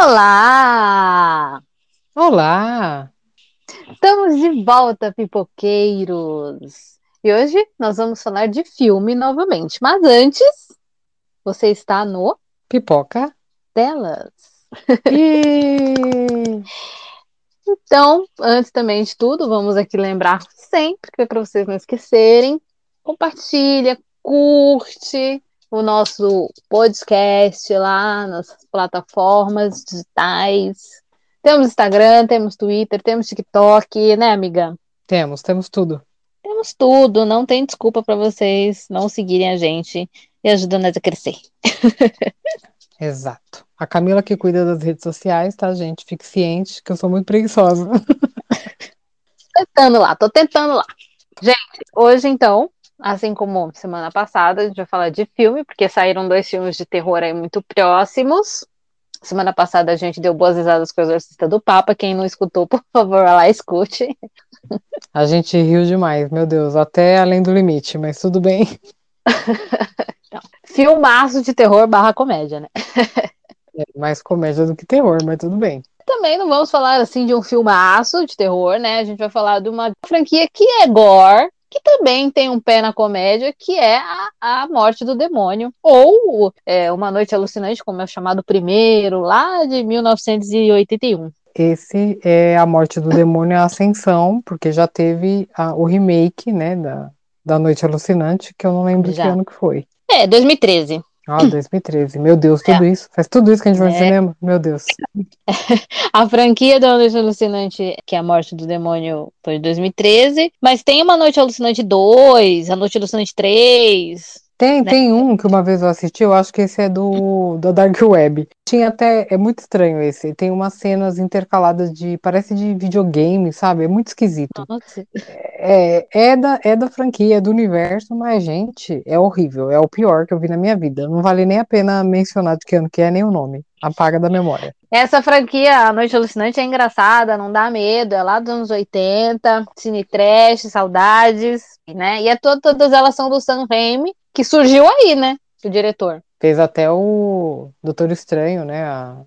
Olá! Olá, Estamos de volta, pipoqueiros! E hoje nós vamos falar de filme novamente. Mas antes, você está no pipoca. Telas. E Então, antes também de tudo, vamos aqui lembrar sempre, que é para vocês não esquecerem, compartilha, curte o nosso podcast lá nas plataformas digitais. Temos Instagram, temos Twitter, temos TikTok, né, amiga? temos tudo. Temos tudo, não tem desculpa para vocês não seguirem a gente e ajudando nós a crescer. Exato. A Camila que cuida das redes sociais, tá, gente? Fique ciente que eu sou muito preguiçosa. Tentando lá, tô tentando lá. Gente, hoje então, assim como semana passada, a gente vai falar de filme, porque saíram dois filmes de terror aí muito próximos. Semana passada a gente deu boas risadas com o Exorcista do Papa. Quem não escutou, por favor, vai lá escute. A gente riu demais, meu Deus, até além do limite, mas tudo bem. Filmaço de terror barra comédia, né? É mais comédia do que terror, mas tudo bem. Também não vamos falar assim de um filmaço de terror, né? A gente vai falar de uma franquia que é gore, que também tem um pé na comédia, que é a Morte do Demônio, ou Uma Noite Alucinante, como é chamado primeiro, lá de 1981. Esse é A Morte do Demônio, a Ascensão, porque já teve o remake, né, da Noite Alucinante, que eu não lembro que Já. ano que foi. 2013. Ah, 2013. Meu Deus, É, tudo isso. Faz tudo isso que a gente vai no né? cinema? Meu Deus. A franquia da Noite Alucinante, que é a Morte do Demônio, foi de 2013, mas tem uma Noite Alucinante 2, a Noite Alucinante 3, né? Tem um que uma vez eu assisti, eu acho que esse é da Dark Web. Tinha até, é muito estranho esse, tem umas cenas intercaladas parece de videogame, sabe? É muito esquisito. Nossa. É da franquia, é do universo, mas, gente, é horrível, é o pior que eu vi na minha vida. Não vale nem a pena mencionar de que ano que é, nem o nome. Apaga da memória. Essa franquia, A Noite Alucinante, é engraçada, não dá medo, é lá dos anos 80, cine trash, saudades, né? E todas elas são do Sam Raimi, que surgiu aí, né? O diretor. Fez até o Doutor Estranho, né?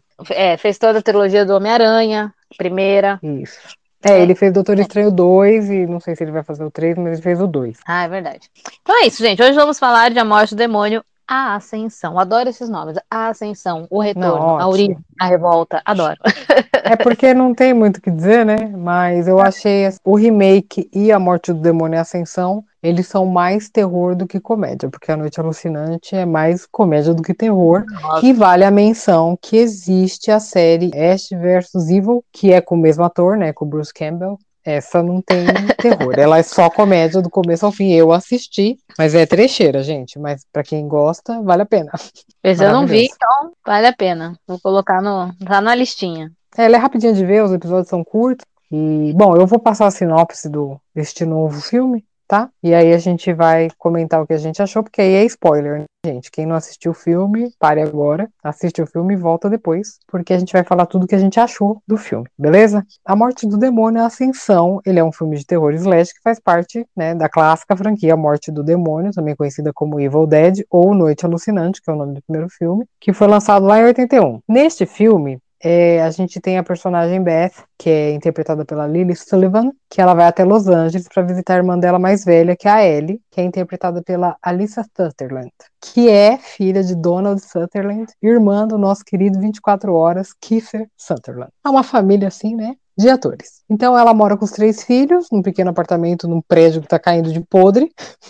Fez toda a trilogia do Homem-Aranha, primeira, Isso. né? Ele fez Doutor Estranho 2 e não sei se ele vai fazer o 3, mas ele fez o 2. Ah, é verdade. Então é isso, gente. Hoje vamos falar de A Morte do Demônio, A Ascensão. Adoro esses nomes. A Ascensão, O Não, Retorno, A Origem, ótimo. A Revolta. Adoro. É porque não tem muito o que dizer, né? Mas eu achei o remake e A Morte do Demônio e a Ascensão, eles são mais terror do que comédia, porque A Noite Alucinante é mais comédia do que terror. Nossa. E vale a menção que existe a série Ash vs Evil, que é com o mesmo ator, né? Com o Bruce Campbell. Essa não tem terror, ela é só comédia do começo ao fim. Eu assisti, mas é trecheira, gente. Mas pra quem gosta, vale a pena. Esse eu não vi, Maravilhoso. então vale a pena. Vou colocar tá na listinha. Ela é rapidinha de ver, os episódios são curtos. E, bom, eu vou passar a sinopse deste novo filme, tá? E aí a gente vai comentar o que a gente achou, porque aí é spoiler, né, gente? Quem não assistiu o filme, pare agora, assiste o filme e volta depois, porque a gente vai falar tudo o que a gente achou do filme, beleza? A Morte do Demônio, a Ascensão, ele é um filme de terror slash que faz parte, né, da clássica franquia A Morte do Demônio, também conhecida como Evil Dead ou Noite Alucinante, que é o nome do primeiro filme, que foi lançado lá em 81. Neste filme, a gente tem a personagem Beth, que é interpretada pela Lily Sullivan, que ela vai até Los Angeles para visitar a irmã dela mais velha, que é a Ellie, que é interpretada pela Alyssa Sutherland, que é filha de Donald Sutherland, irmã do nosso querido 24 Horas, Kiefer Sutherland. É uma família assim, né? De atores. Então ela mora com os três filhos, num pequeno apartamento, num prédio que tá caindo de podre.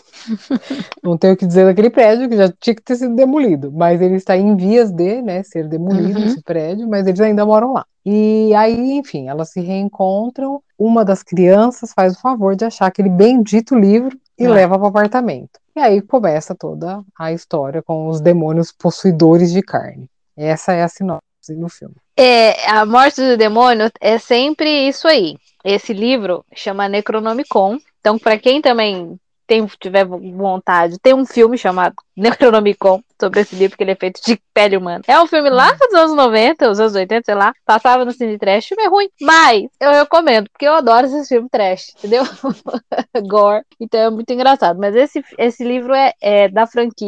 Não tenho o que dizer daquele prédio, que já tinha que ter sido demolido, mas ele está em vias de, né, ser demolido, Uhum. esse prédio, mas eles ainda moram lá. E aí, enfim, elas se reencontram, uma das crianças faz o favor de achar aquele bendito livro e Ah. leva para o apartamento. E aí começa toda a história com os demônios possuidores de carne. Essa é a sinopse do filme. A Morte do Demônio é sempre isso aí. Esse livro chama Necronomicon. Então, para quem também tiver vontade, tem um filme chamado Necronomicon sobre esse livro, que ele é feito de pele humana. É um filme lá dos anos 90, os anos 80, sei lá. Passava no Cine Trash. O filme é ruim, mas eu recomendo, porque eu adoro esses filmes trash, entendeu? Gore. Então é muito engraçado. Mas esse livro é da franquia.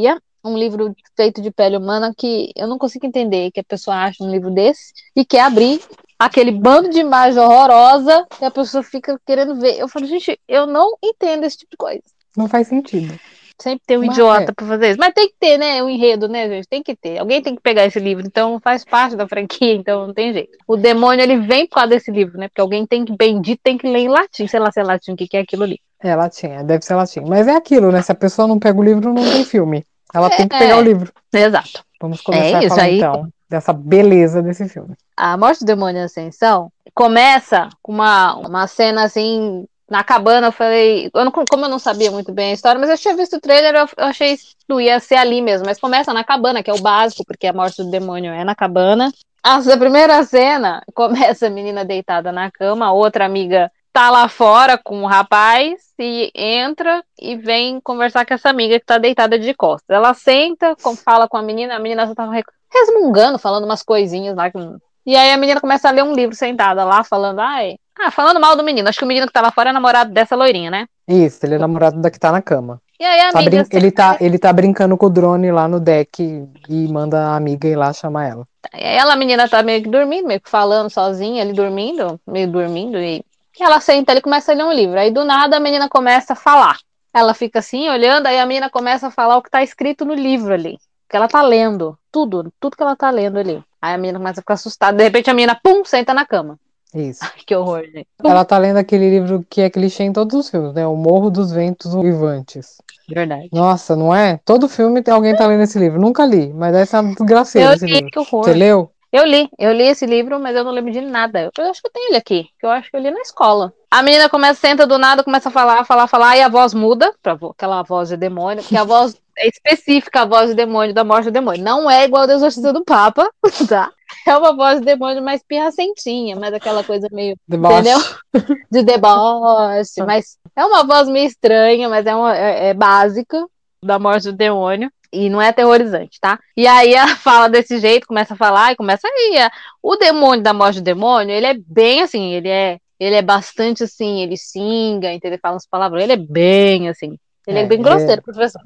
um livro feito de pele humana que eu não consigo entender que a pessoa acha um livro desse e quer abrir aquele bando de imagem horrorosa e a pessoa fica querendo ver. Eu falo, gente, eu não entendo esse tipo de coisa. Não faz sentido. Sempre tem um Mas, idiota pra fazer isso. Mas tem que ter, né? O enredo, né, gente? Tem que ter. Alguém tem que pegar esse livro. Então faz parte da franquia, então não tem jeito. O demônio, ele vem por causa desse livro, né? Porque alguém tem que, bendito, tem que ler em latim. Sei lá se é latim, o que que é aquilo ali. latinha, deve ser latinha. Mas é aquilo, né? Se a pessoa não pega o livro, não tem filme. Ela tem que pegar o É, livro. exato. Vamos É começar a isso falar aí. então dessa beleza desse filme. A Morte do Demônio em Ascensão começa com uma cena assim. Na cabana, eu falei. Como eu não sabia muito bem a história, mas eu tinha visto o trailer, eu achei que não ia ser ali mesmo. Mas começa na cabana, que é o básico, porque a morte do demônio é na cabana. A primeira cena começa a menina deitada na cama, a outra amiga tá lá fora com o rapaz e entra e vem conversar com essa amiga que tá deitada de costas. Ela senta, fala com a menina só tava resmungando, falando umas coisinhas lá. E aí a menina começa a ler um livro sentada lá, falando, ai. Ah, falando mal do menino. Acho que o menino que tá lá fora é namorado dessa loirinha, né? Isso, ele é namorado da que tá na cama. E aí a amiga Ele tá brincando com o drone lá no deck e manda a amiga ir lá chamar ela. ela, a menina tá meio que dormindo, meio que falando sozinha, ali dormindo, meio dormindo, e ela senta ali e começa a ler um livro. Aí do nada a menina começa a falar. Ela fica assim, olhando, aí a menina começa a falar o que tá escrito no livro ali. Que ela tá lendo. Tudo que ela tá lendo ali. Aí a menina começa a ficar assustada. De repente a menina, pum, senta na cama. Isso. Ai, que horror, gente. Ela tá lendo aquele livro que é clichê em todos os filmes, né? O Morro dos Ventos Uivantes. Verdade. Nossa, não é? Todo filme tem alguém tá lendo esse livro. Nunca li, mas deve ser uma Eu desgraceira esse li, livro. que Você horror. leu? Eu li esse livro, mas eu não lembro de nada. Eu acho que eu tenho ele aqui, que eu acho que eu li na escola. A menina começa, senta do nada, começa a falar, falar, falar, e a voz muda, aquela voz de demônio, porque a voz é específica, a voz de demônio, da morte do demônio. Não é igual a do Exorcista do Papa, tá? É uma voz de demônio mais pirracentinha, mais aquela coisa meio, entendeu? Deboche. De deboche, mas é uma voz meio estranha, mas é básica da morte do demônio. E não é aterrorizante, tá? E aí ela fala desse jeito, começa a falar e começa aí. O demônio da morte do demônio, ele é bem assim, ele é bastante assim, ele xinga, entendeu? Ele fala umas palavras, ele é bem assim. Ele é É, bem grosseiro, professor.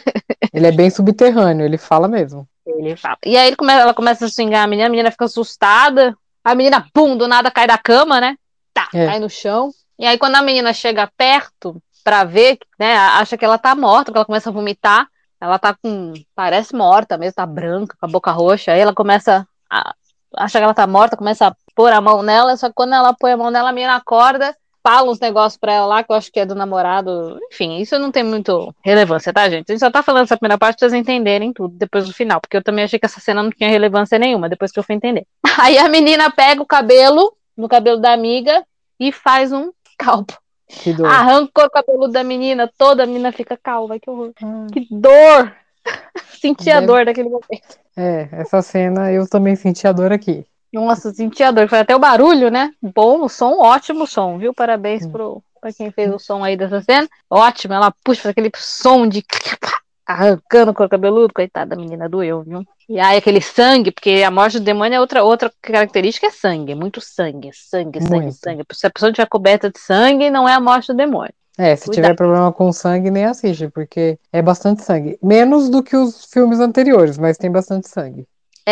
ele é bem subterrâneo, ele fala mesmo. Ele fala. E aí ela começa a xingar a menina fica assustada. A menina, pum, do nada cai da cama, né? Tá, É, cai no chão. E aí quando a menina chega perto pra ver, né, acha que ela tá morta, porque ela começa a vomitar. Ela tá parece morta mesmo, tá branca, com a boca roxa. Aí ela começa acha que ela tá morta, começa a pôr a mão nela, só que quando ela põe a mão nela, a menina acorda, fala uns negócios pra ela lá, que eu acho que é do namorado. Enfim, isso não tem muito relevância, tá, gente? A gente só tá falando essa primeira parte pra vocês entenderem tudo depois do final, porque eu também achei que essa cena não tinha relevância nenhuma, depois que eu fui entender. Aí a menina pega o cabelo, no cabelo da amiga, e faz um calpo. que dor. Arranca o cabelo da menina, toda a menina fica calva, que horror. Ah, Que dor! Senti a deve... dor daquele momento. Essa cena eu também senti a dor aqui. Nossa, senti a dor. Foi até o barulho, né? Bom, o som, ótimo som, viu? Parabéns pra quem fez o som aí dessa cena. Ótimo, ela puxa aquele som de arrancando com o cabeludo. Coitada da menina, doeu, viu? E aí aquele sangue, porque a morte do demônio é outra característica, é sangue. Muito sangue, sangue, sangue, Muito. sangue. Se a pessoa estiver coberta de sangue, não é a morte do demônio. Se Cuidado. tiver problema com sangue, nem assiste, porque é bastante sangue. Menos do que os filmes anteriores, mas tem bastante sangue.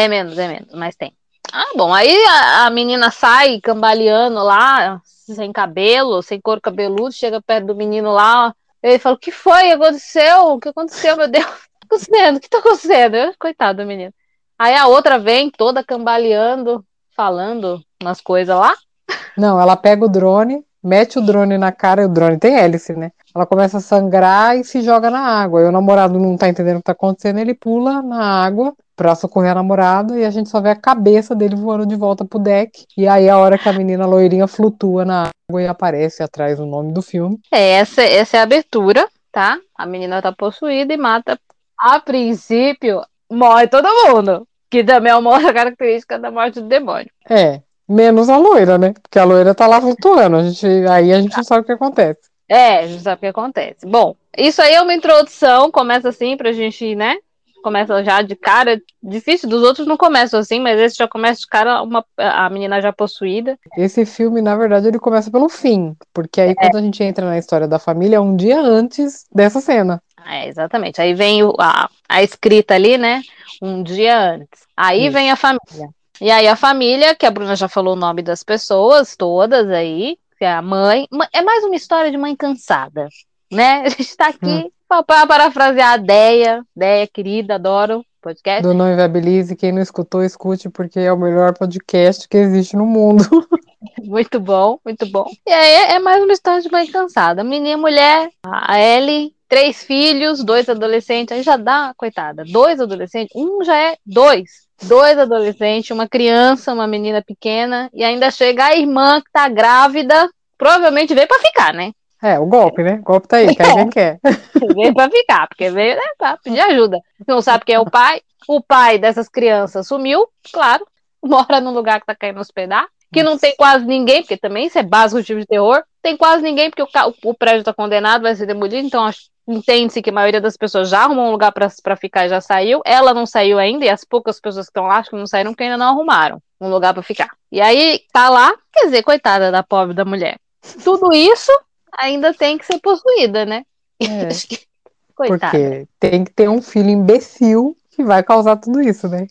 É menos, mas tem. Ah, bom, aí a menina sai cambaleando lá, sem cabelo, sem couro cabeludo, chega perto do menino lá, ele fala, o que foi? O que aconteceu? O que aconteceu, meu Deus? O que tá acontecendo? O que tá acontecendo? Coitado do menino. Aí a outra vem, toda cambaleando, falando umas coisas lá. Não, ela pega o drone, mete o drone na cara, e o drone tem hélice, né? Ela começa a sangrar e se joga na água. E o namorado não tá entendendo o que tá acontecendo, ele pula na água pra socorrer a namorada e a gente só vê a cabeça dele voando de volta pro deck. E aí a hora que a menina loirinha flutua na água e aparece atrás o nome do filme. Essa é a abertura, tá? A menina tá possuída e mata. A princípio, morre todo mundo. Que também é uma outra característica da morte do demônio. Menos a loira, né? Porque a loira tá lá flutuando. Aí a gente não sabe o que acontece. A gente sabe o que acontece. Bom, isso aí é uma introdução, começa assim pra gente, né? Começa já de cara. Difícil, dos outros não começam assim, mas esse já começa de cara a menina já possuída. Esse filme, na verdade, ele começa pelo fim, porque aí quando a gente entra na história da família, é um dia antes dessa cena. É, exatamente. Aí vem a escrita ali, né? Um dia antes. Aí vem a Isso. família. E aí a família, que a Bruna já falou o nome das pessoas, todas aí, que é a mãe. É mais uma história de mãe cansada, né? A gente tá Hum. aqui para parafrasear a Deia. Deia, querida, adoro o podcast. Do Não Inviabilize, quem não escutou, escute, porque é o melhor podcast que existe no mundo. Muito bom, muito bom. E aí é mais uma história de mãe cansada. Menina, mulher, a Ellie, três filhos, dois adolescentes, aí já dá, coitada, dois adolescentes, um já é dois. Dois adolescentes, uma criança, uma menina pequena, e ainda chega a irmã que tá grávida, provavelmente veio pra ficar, né? É, o golpe, né? O golpe tá aí, cai quem quer. Veio pra ficar, porque veio, né, pra pedir ajuda. Não sabe quem é o pai dessas crianças sumiu, claro, mora num lugar que tá querendo hospedar, que não tem Nossa. quase ninguém, porque também isso é básico do tipo de terror, tem quase ninguém, porque o prédio tá condenado, vai ser demolido, então entende-se que a maioria das pessoas já arrumou um lugar pra ficar e já saiu, ela não saiu ainda, e as poucas pessoas que estão lá, acho que não saíram porque ainda não arrumaram um lugar pra ficar. E aí, tá lá, quer dizer, coitada da pobre da mulher. Tudo isso ainda tem que ser possuída, né? É, Acho que, coitada. porque tem que ter um filho imbecil que vai causar tudo isso, né?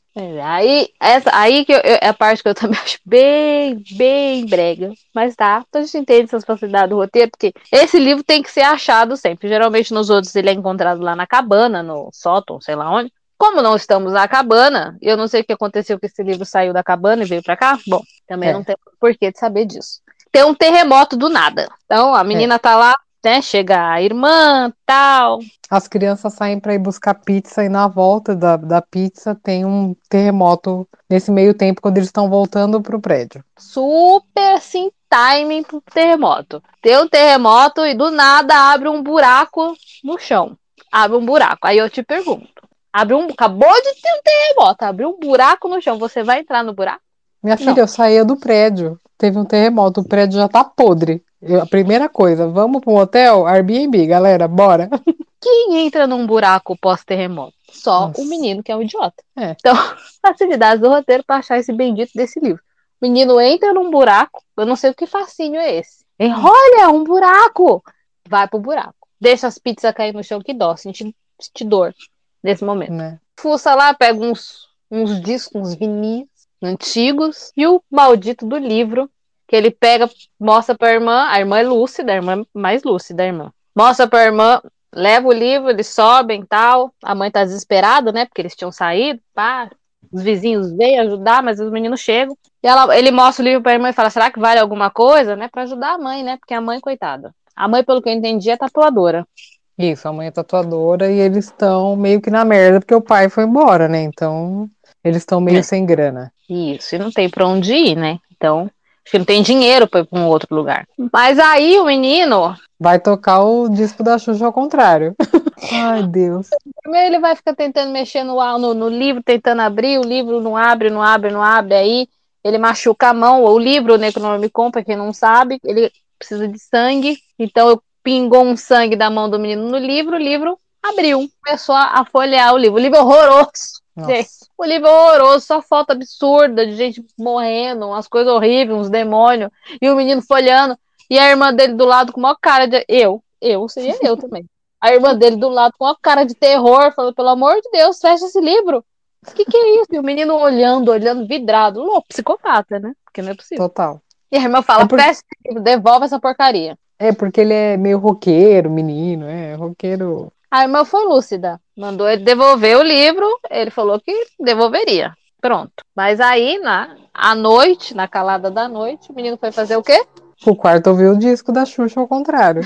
Aí que é a parte que eu também acho bem, bem brega. Mas tá, então a gente entende essas facilidades do roteiro, porque esse livro tem que ser achado sempre. Geralmente nos outros ele é encontrado lá na cabana, no sótão, sei lá onde. Como não estamos na cabana, eu não sei o que aconteceu que esse livro saiu da cabana e veio pra cá. Bom, também não É, tem porquê de saber disso. Tem um terremoto do nada. Então a é. menina tá lá, né? Chega a irmã, tal. As crianças saem para ir buscar pizza e na volta da pizza tem um terremoto nesse meio tempo quando eles estão voltando pro prédio. Super assim, timing pro terremoto. Tem um terremoto e do nada abre um buraco no chão. Abre um buraco. Aí eu te pergunto: acabou de ter um terremoto, abriu um buraco no chão. Você vai entrar no buraco? Minha Não. filha, eu saía do prédio, teve um terremoto, o prédio já tá podre. A primeira coisa, vamos para um hotel? Airbnb, galera, bora. Quem entra num buraco pós-terremoto? Só o Nossa, menino que é um idiota. é, Então, facilidades do roteiro para achar esse bendito desse livro. O menino entra num buraco, eu não sei o que fascínio é esse. hum, Olha, um buraco! Vai pro buraco. Deixa as pizzas cair no chão que dó, sente dor nesse momento. né? Fuça lá, pega uns discos, uns vinis antigos e o maldito do livro que ele pega, mostra pra irmã, a irmã é lúcida, a irmã mais lúcida, a irmã. Mostra pra irmã, leva o livro, eles sobem e tal. A mãe tá desesperada, né? Porque eles tinham saído, pá. Os vizinhos vêm ajudar, mas os meninos chegam. E ele mostra o livro pra irmã e fala: será que vale alguma coisa, né? Pra ajudar a mãe, né? Porque a mãe, coitada. A mãe, pelo que eu entendi, é tatuadora. Isso, a mãe é tatuadora e eles estão meio que na merda porque o pai foi embora, né? Então, eles estão meio É, sem grana. isso, e não tem pra onde ir, né? Então, acho que não tem dinheiro pra ir pra um outro lugar. Mas aí o menino, Vai tocar o disco da Xuxa ao contrário. Ai, Deus. primeiro ele vai ficar tentando mexer no livro, tentando abrir, o livro não abre, não abre, não abre, aí ele machuca a mão, o livro, o Necronomicon, pra quem não sabe, ele precisa de sangue, então eu pingou um sangue da mão do menino no livro, o livro abriu, começou a folhear o livro é horroroso, gente. Nossa, O livro é horroroso, só foto absurda de gente morrendo, umas coisas horríveis, uns demônios, e o menino folhando, e a irmã dele do lado com uma cara de. Eu seria eu também. A irmã dele do lado com uma cara de terror, falando, pelo amor de Deus, fecha esse livro. Que é isso? E o menino olhando, olhando, vidrado. Louco, psicopata, né? Porque não é possível. total. E a irmã É, fala, fecha esse livro, devolve essa porcaria. é porque ele é meio roqueiro, menino, é roqueiro. A irmã foi lúcida. Mandou ele devolver o livro, ele falou que devolveria. Pronto. Mas aí, à noite, na calada da noite, o menino foi fazer o quê? O quarto ouviu o disco da Xuxa ao contrário.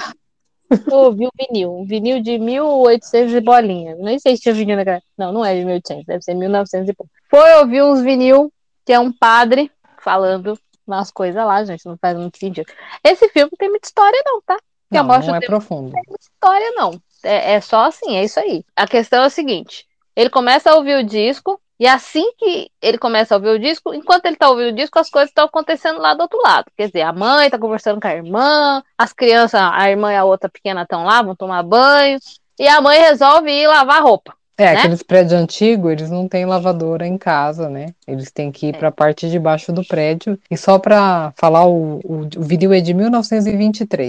Ouviu um vinil de 1800 e bolinha. Nem sei se tinha vinil naquela. Não, não é de 1800, deve ser 1900 e pouco. Foi ouvir uns vinil, que é um padre falando umas coisas lá, gente, não faz muito sentido. Esse filme não tem muita história, não, tá? Que a Não, morte não do é demônio profundo. não tem muita história, não. É só assim, é isso aí. A questão é a seguinte: ele começa a ouvir o disco, e assim que ele começa a ouvir o disco, enquanto ele tá ouvindo o disco, as coisas estão acontecendo lá do outro lado. Quer dizer, a mãe tá conversando com a irmã, as crianças, a irmã e a outra pequena estão lá, vão tomar banho, e a mãe resolve ir lavar roupa, É, né? aqueles prédios antigos, eles não têm lavadora em casa, né? Eles têm que ir É. para a parte de baixo do prédio. E só para falar, o vídeo é de 1923.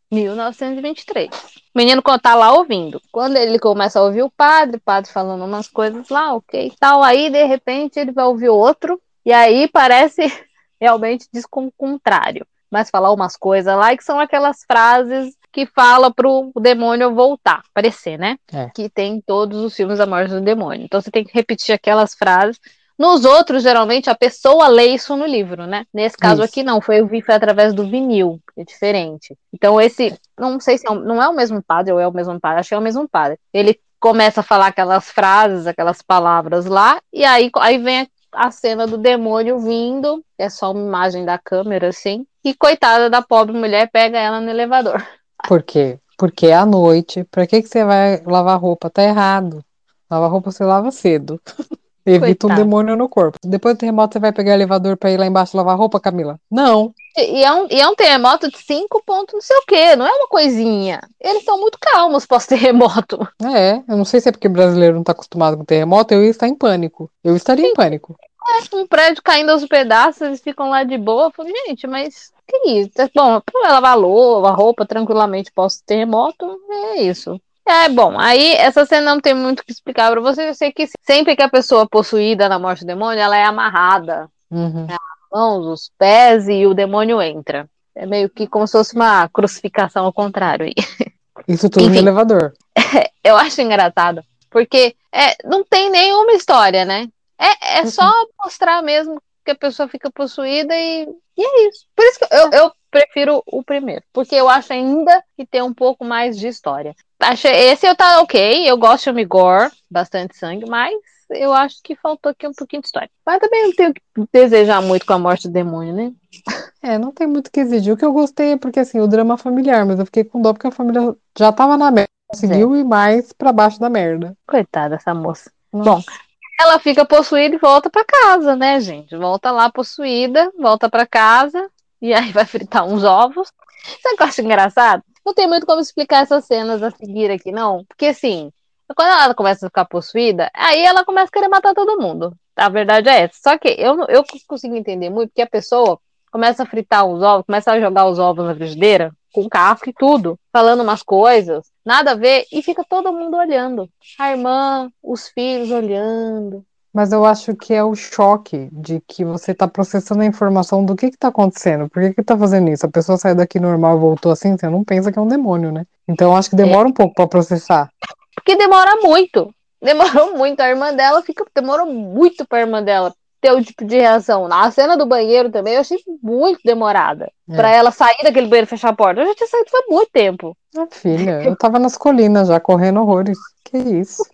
1923. O menino tá lá ouvindo. Quando ele começa a ouvir o padre falando umas coisas lá, ok e tal, aí de repente ele vai ouvir outro, e aí parece realmente diz com o contrário. Mas falar umas coisas lá que são aquelas frases que fala pro demônio voltar, aparecer, né? É, Que tem em todos os filmes da morte do demônio. Então você tem que repetir aquelas frases. Nos outros, geralmente, a pessoa lê isso no livro, né? Nesse caso aqui, isso. não. Foi através do vinil. É diferente. Então, esse, não sei se não é o mesmo padre ou é o mesmo padre. Acho que é o mesmo padre. Ele começa a falar aquelas frases, aquelas palavras lá, e aí vem a cena do demônio vindo. É só uma imagem da câmera, assim. E coitada da pobre mulher, pega ela no elevador. Por quê? Porque é à noite. Pra que que você vai lavar roupa? Tá errado. Lavar roupa você lava cedo. Evita um Coitada. demônio no corpo. Depois do terremoto, você vai pegar o elevador pra ir lá embaixo lavar roupa, Camila? Não. E é um terremoto de 5 pontos, não sei o quê, não é uma coisinha. Eles são muito calmos pós-terremoto. É, eu não sei se é porque o brasileiro não tá acostumado com terremoto, eu ia estar em pânico. Eu estaria em pânico. Um prédio caindo aos pedaços, eles ficam lá de boa. Eu falo, gente, mas que isso? Bom, pra lavar roupa tranquilamente pós-terremoto, é isso. É, bom, aí essa cena não tem muito o que explicar pra você. Eu sei que sempre que a pessoa é possuída na morte do demônio, ela é amarrada, Uhum. né, as mãos, os pés e o demônio entra. É meio que como se fosse uma crucificação ao contrário aí. Isso tudo no Enfim, elevador. eu acho engraçado, porque não tem nenhuma história, né? É só Uhum. mostrar mesmo que a pessoa fica possuída e é isso. Por isso que eu prefiro o primeiro, porque eu acho ainda que tem um pouco mais de história. Esse eu tá ok, eu gosto de filme gore, bastante sangue, mas eu acho que faltou aqui um pouquinho de história. Mas também não tenho que desejar muito com a morte do demônio, né? É, não tem muito o que exigir. O que eu gostei é porque, assim, o drama familiar, mas eu fiquei com dó porque a família já tava na merda, Pois é, conseguiu ir mais pra baixo da merda. coitada dessa moça. Bom, Nossa. ela fica possuída e volta pra casa, né, gente? Volta lá possuída, volta pra casa e aí vai fritar uns ovos. Sabe o que eu acho engraçado? Não tem muito como explicar essas cenas a seguir aqui, não. Porque assim, quando ela começa a ficar possuída, aí ela começa a querer matar todo mundo. A verdade é essa. Só que eu consigo entender muito que a pessoa começa a fritar os ovos, começa a jogar os ovos na frigideira, com casca e tudo, falando umas coisas, nada a ver, e fica todo mundo olhando. A irmã, os filhos olhando. Mas eu acho que é o choque de que você tá processando a informação do que tá acontecendo. Por que que tá fazendo isso? A pessoa saiu daqui normal e voltou assim, você não pensa que é um demônio, né? Então eu acho que É, demora um pouco pra processar. porque demora muito. Demorou muito. A irmã dela demorou muito pra irmã dela ter o tipo de reação. Na cena do banheiro também eu achei muito demorada. Pra É. ela sair daquele banheiro e fechar a porta. Eu já tinha saído faz muito tempo. Ah, filha, eu tava nas colinas já, correndo horrores. Que isso?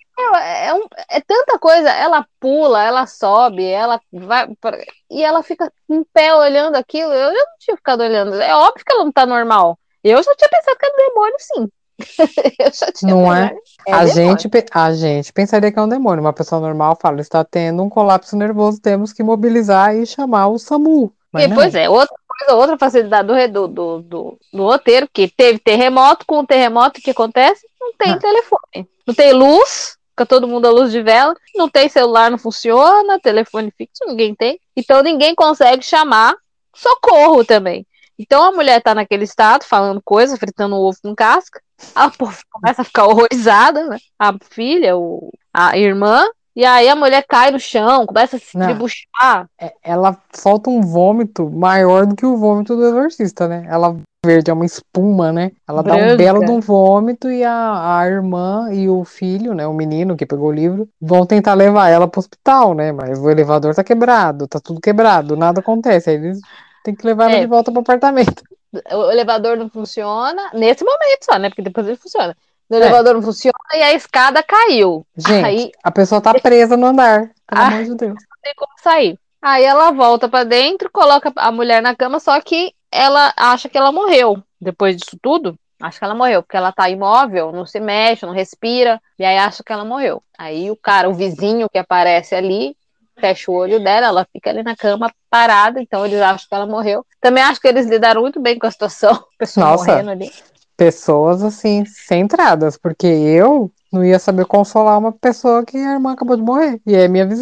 É tanta coisa. Ela pula, ela sobe, ela vai. E ela fica em pé olhando aquilo. Eu já não tinha ficado olhando. É óbvio que ela não tá normal. Eu já tinha pensado que era demônio, sim. Eu já tinha Não é? pensado. É demônio. A gente pensaria que é um demônio. Uma pessoa normal fala, está tendo um colapso nervoso, temos que mobilizar e chamar o SAMU. Mas E, pois não. é, outra coisa, outra facilidade do roteiro, que teve terremoto, com o terremoto, o que acontece? Não tem Ah, telefone. Não tem luz, fica todo mundo à luz de vela, não tem celular, não funciona, telefone fixo, ninguém tem. Então ninguém consegue chamar socorro também. Então a mulher tá naquele estado, falando coisa, fritando o ovo com casca, a povo começa a ficar horrorizada, né? A filha, a irmã, e aí a mulher cai no chão, começa a se não. estribuchar, Ela solta um vômito maior do que o vômito do exorcista, né? Ela verde, é uma espuma, né? Ela dá um belo de branca. um vômito e a irmã e o filho, né? O menino que pegou o livro, vão tentar levar ela pro hospital, né? Mas o elevador tá quebrado, tá tudo quebrado, nada acontece. Aí eles têm que levar ela de É, volta pro apartamento. o elevador não funciona, nesse momento só, né? Porque depois ele funciona. O É, elevador não funciona e a escada caiu. gente, Aí a pessoa tá presa no andar, pelo amor de Deus. não tem como sair. Aí ela volta pra dentro, coloca a mulher na cama, só que ela acha que ela morreu. Depois disso tudo, acha que ela morreu, porque ela tá imóvel, não se mexe, não respira, e aí acha que ela morreu. Aí o cara, o vizinho que aparece ali, fecha o olho dela, ela fica ali na cama parada, então eles acham que ela morreu. Também acho que eles lidaram muito bem com a situação, a pessoa Nossa, morrendo ali. pessoas assim, centradas, porque eu não ia saber consolar uma pessoa que a irmã acabou de morrer, e é minha vizinha.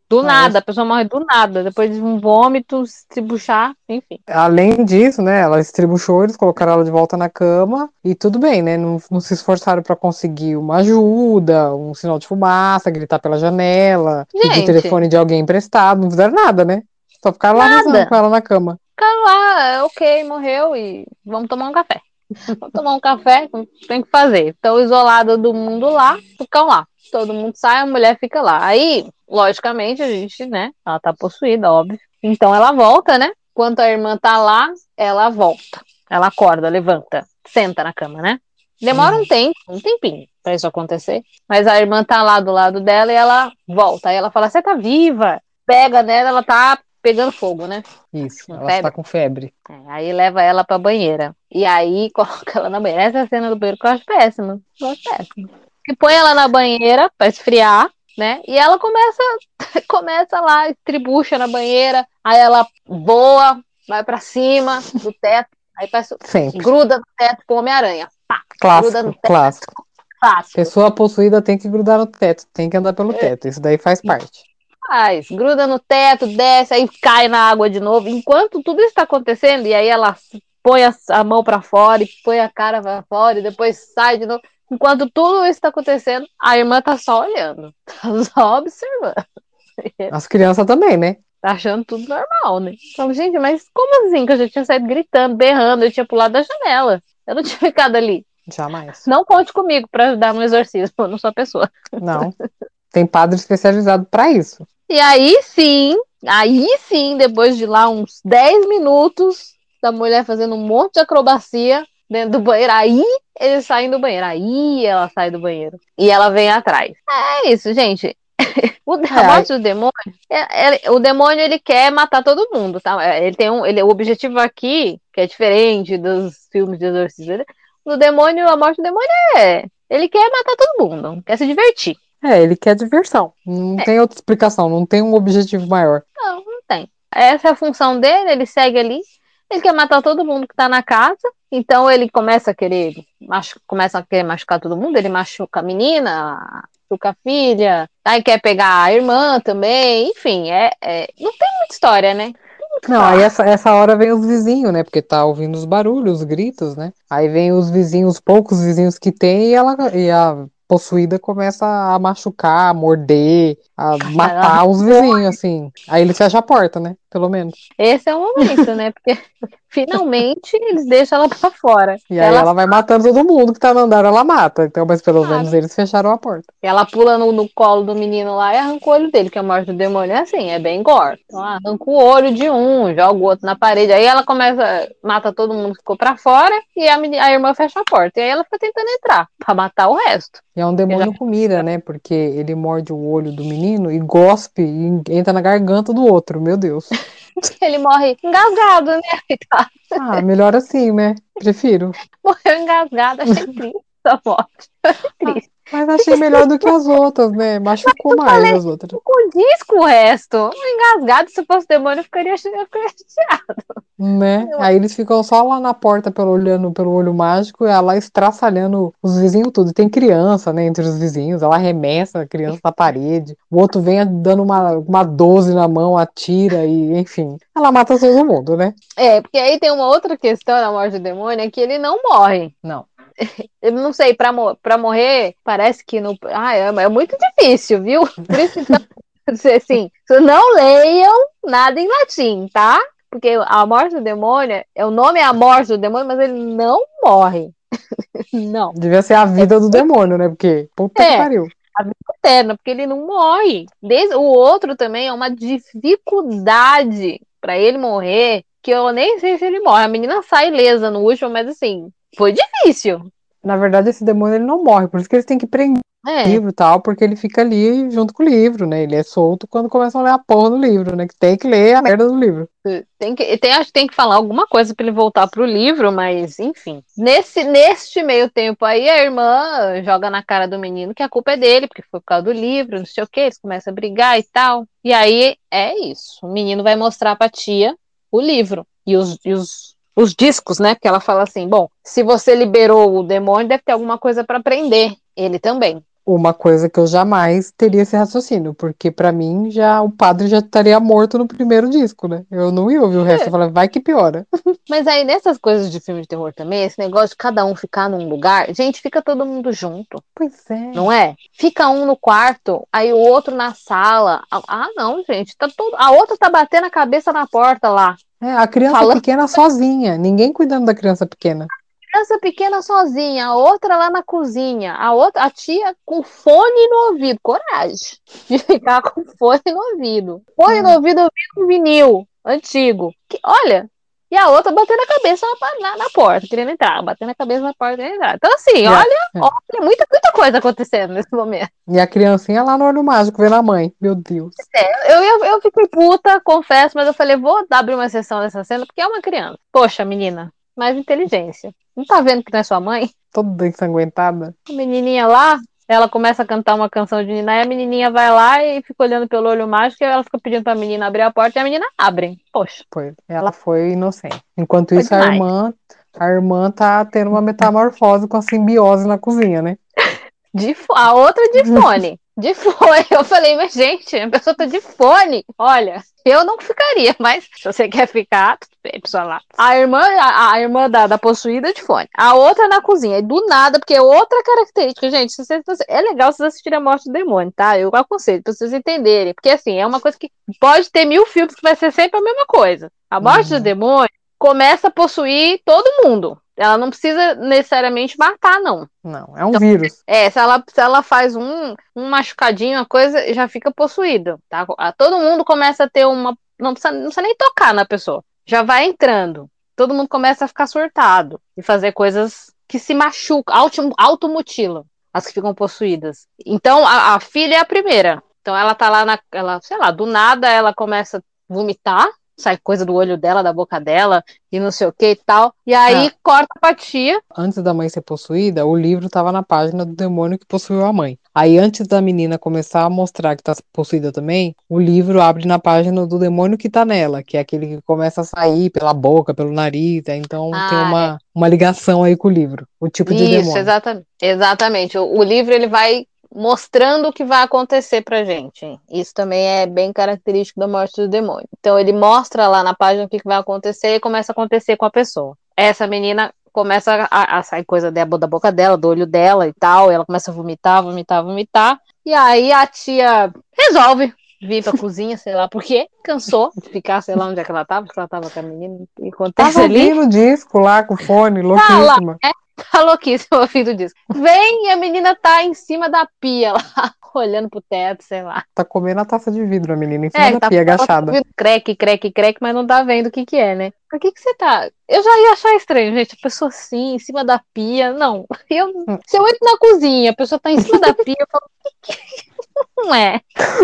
Do Ah, nada, a pessoa morre do nada, depois de um vômito, se puxar, enfim. além disso, né, ela estribuchou, eles colocaram ela de volta na cama e tudo bem, né? Não se esforçaram para conseguir uma ajuda, um sinal de fumaça, gritar pela janela, pedir o Gente, telefone de alguém emprestado, não fizeram nada, né? Só ficaram lá rezando com nada. ela na cama. Ficaram lá, ok, morreu e vamos tomar um café. Vamos tomar um café, tem que fazer. Estão isolados do mundo lá, ficam lá. Todo mundo sai, a mulher fica lá. Aí, logicamente, a gente, né? Ela tá possuída, óbvio. Então ela volta, né? Enquanto a irmã tá lá, ela volta. Ela acorda, levanta, senta na cama, né? Demora um Uhum, tempo, um tempinho pra isso acontecer. Mas a irmã tá lá do lado dela e ela volta. Aí ela fala: Você tá viva? Pega nela, ela tá pegando fogo, né? isso, Com ela está febre. com febre. Aí leva ela pra banheira. E aí coloca ela na banheira. Essa é a cena do banheiro que eu acho péssima. Eu acho péssima. Que põe ela na banheira pra esfriar, né? E ela começa, começa lá, estribucha na banheira. Aí ela voa, vai pra cima do teto. Aí parece, Sempre. gruda no teto com Homem-Aranha. Pá, gruda no Clássico, teto, clássico. clássico. Pessoa possuída tem que grudar no teto, tem que andar pelo teto. Isso daí faz parte. Faz, gruda no teto, desce, aí cai na água de novo. Enquanto tudo isso está acontecendo, e aí ela põe a mão para fora e põe a cara para fora e depois sai de novo. Enquanto tudo isso está acontecendo, a irmã tá só olhando, tá só observando, As crianças também, né? tá achando tudo normal, né? Então, gente, mas como assim que eu já tinha saído gritando, berrando, eu tinha pulado da janela? Eu não tinha ficado ali. Jamais. Não conte comigo para ajudar no exorcismo, eu não sou a pessoa. Não. Tem padre especializado para isso. E aí sim, depois de lá uns 10 minutos da mulher fazendo um monte de acrobacia dentro do banheiro, aí eles saem do banheiro, aí ela sai do banheiro e ela vem atrás. É isso, gente. É, A morte do demônio, o demônio ele quer matar todo mundo, tá? Ele tem o objetivo aqui, que é diferente dos filmes de exorcismo, no demônio, a morte do demônio ele quer matar todo mundo, quer se divertir. ele quer diversão. Não tem outra explicação, não tem um objetivo maior. Não, não tem. Essa é a função dele, ele segue ali. Ele quer matar todo mundo que tá na casa. Então ele começa a querer, começa a querer machucar todo mundo. Ele machuca a menina, machuca a filha. Aí quer pegar a irmã também. Enfim, não tem muita história, né? Não tem muito o que Não, aí falar. essa hora vem os vizinhos, né? Porque tá ouvindo os barulhos, os gritos, né? Aí vem os vizinhos, os poucos vizinhos que tem, e a possuída começa a machucar, a morder, a matar os vizinhos, assim. Aí eles fecham a porta, né? Pelo menos. Esse é o momento, né? Porque finalmente eles deixam ela pra fora. E aí Ela ela vai matando todo mundo que tá no andar, ela mata. Então, mas pelo menos eles fecharam a porta. Ela pula no colo do menino lá e arranca o olho dele, que a morte do demônio é assim, é bem gore. Então, arranca o olho de um, joga o outro na parede. Aí ela começa, mata todo mundo que ficou pra fora e a irmã fecha a porta. E aí ela fica tentando entrar pra matar o resto. E é um Porque já demônio com mira, né? Porque ele morde o olho do menino e gospe e entra na garganta do outro. Meu Deus. ele morre engasgado, né? Coitado. Ah, melhor assim, né? Prefiro. Morreu engasgado, achei triste essa morte. Achei Ah, triste. mas achei melhor do que as outras, né? Machucou Eu mais falei, as outras. não condiz com o resto. Engasgado, se fosse demônio, eu ficaria chateado. Né? Aí eles ficam só lá na porta olhando pelo olho mágico e ela estraçalhando os vizinhos tudo. E tem criança, né, entre os vizinhos, ela arremessa a criança na parede, o outro vem dando uma 12 na mão, atira e, enfim, ela mata todo mundo, né? Porque aí tem uma outra questão na morte do demônio, é que ele não morre. Não. Eu não sei, pra morrer, parece que no. É muito difícil, viu? Por isso, então, assim, não leiam nada em latim, tá? Porque a morte do demônio, o nome é a morte do demônio, mas ele não morre. Não. Devia ser a vida do demônio, né? Porque, puta que É, pariu. a vida eterna, porque ele não morre. O outro também é uma dificuldade pra ele morrer, que eu nem sei se ele morre. A menina sai ilesa no último, mas assim, foi difícil. Na verdade, esse demônio ele não morre, por isso que eles têm que prender o É, livro e tal, porque ele fica ali junto com o livro, né? Ele é solto quando começam a ler a porra do livro, né? Que tem que ler a merda do livro. acho que tem que falar alguma coisa para ele voltar pro livro, mas enfim. Neste meio tempo aí, a irmã joga na cara do menino que a culpa é dele, porque foi por causa do livro, não sei o que, eles começam a brigar e tal. E aí é isso. O menino vai mostrar pra tia o livro e os discos, né? Porque ela fala assim: bom, se você liberou o demônio, deve ter alguma coisa para prender ele também. Uma coisa que eu jamais teria esse raciocínio, porque pra mim já o padre já estaria morto no primeiro disco, né? Eu não ia ouvir o resto, eu falei, vai que piora. Mas aí nessas coisas de filme de terror também, esse negócio de cada um ficar num lugar, gente, fica todo mundo junto, Pois é. não é? Fica um no quarto, aí o outro na sala. Ah, não, gente, tá todo, a outra tá batendo a cabeça na porta lá, É, a criança falando pequena sozinha, ninguém cuidando da criança pequena. criança pequena sozinha, a outra lá na cozinha, a outra, a tia com fone no ouvido, coragem de ficar com fone no ouvido. Fone no Ah, ouvido, ouvindo um vinil antigo. Olha, e a outra batendo a cabeça na porta, querendo entrar, batendo a cabeça na porta, querendo entrar. Então, assim, e a, é. olha, muita coisa acontecendo nesse momento. E a criancinha lá no olho mágico, vendo a mãe. Meu Deus. Eu fiquei puta, confesso, mas eu falei, vou abrir uma sessão dessa cena, porque é uma criança. Poxa, menina, mais inteligência. Não tá vendo que não é sua mãe? Toda ensanguentada. A menininha lá, ela começa a cantar uma canção de Niná e a menininha vai lá e fica olhando pelo olho mágico e ela fica pedindo pra menina abrir a porta e a menina abre. Poxa, Pois, ela foi inocente. Enquanto foi isso, demais. a irmã tá tendo uma metamorfose com a simbiose na cozinha, né? A outra de fone. De fone. Eu falei, mas gente, a pessoa tá de fone. Olha, eu não ficaria, mas se você quer ficar, tudo bem, pessoal lá. A irmã da possuída de fone. A outra na cozinha. E do nada, porque é outra característica, gente. É legal vocês assistirem a Morte do Demônio, tá? Eu aconselho pra vocês entenderem. Porque assim, é uma coisa que pode ter 1000 filmes que vai ser sempre a mesma coisa. A Morte do Uhum. Demônio começa a possuir todo mundo. Ela não precisa necessariamente matar, não. Não, é um vírus. Se ela faz um machucadinho, a coisa já fica possuída, tá? Todo mundo começa a ter uma. Não precisa nem tocar na pessoa. Já vai entrando. Todo mundo começa a ficar surtado e fazer coisas que se machucam, automutilam as que ficam possuídas. Então, a filha é a primeira. Então, ela tá lá sei lá, do nada ela começa a vomitar, sai coisa do olho dela, da boca dela, e não sei o que e tal. E aí Ah, corta a tia. antes da mãe ser possuída, o livro estava na página do demônio que possuiu a mãe. Aí, antes da menina começar a mostrar que está possuída também, o livro abre na página do demônio que está nela, que é aquele que começa a sair pela boca, pelo nariz. Então, tem Ah, é. uma ligação aí com o livro, o tipo de Isso, demônio. exatamente. Exatamente. O livro ele vai mostrando o que vai acontecer pra gente. Isso também é bem característico da Morte do Demônio. Então ele mostra lá na página o que vai acontecer e começa a acontecer com a pessoa. Essa menina começa a sair coisa da boca dela, do olho dela e tal, e ela começa a vomitar, vomitar, vomitar. E aí a tia resolve vir pra cozinha, sei lá por quê, cansou de ficar, sei lá onde é que ela tava, porque ela tava com a menina, o que acontece Tava ali. ouvindo o disco lá com o fone, Tá lá, louquíssima. tá louquíssimo ouvindo disso. Vem e a menina tá em cima da pia lá, olhando pro teto, sei lá. Tá comendo a taça de vidro, a menina, em cima da Tá, pia, ela tá agachada. ouvindo creque, creque, creque, mas não tá vendo o que que é, né? Por que que você tá? Eu já ia achar estranho, gente. A pessoa assim, em cima da pia. Não. Hum, Se eu entro na cozinha, a pessoa tá em cima da pia, eu falo, não é.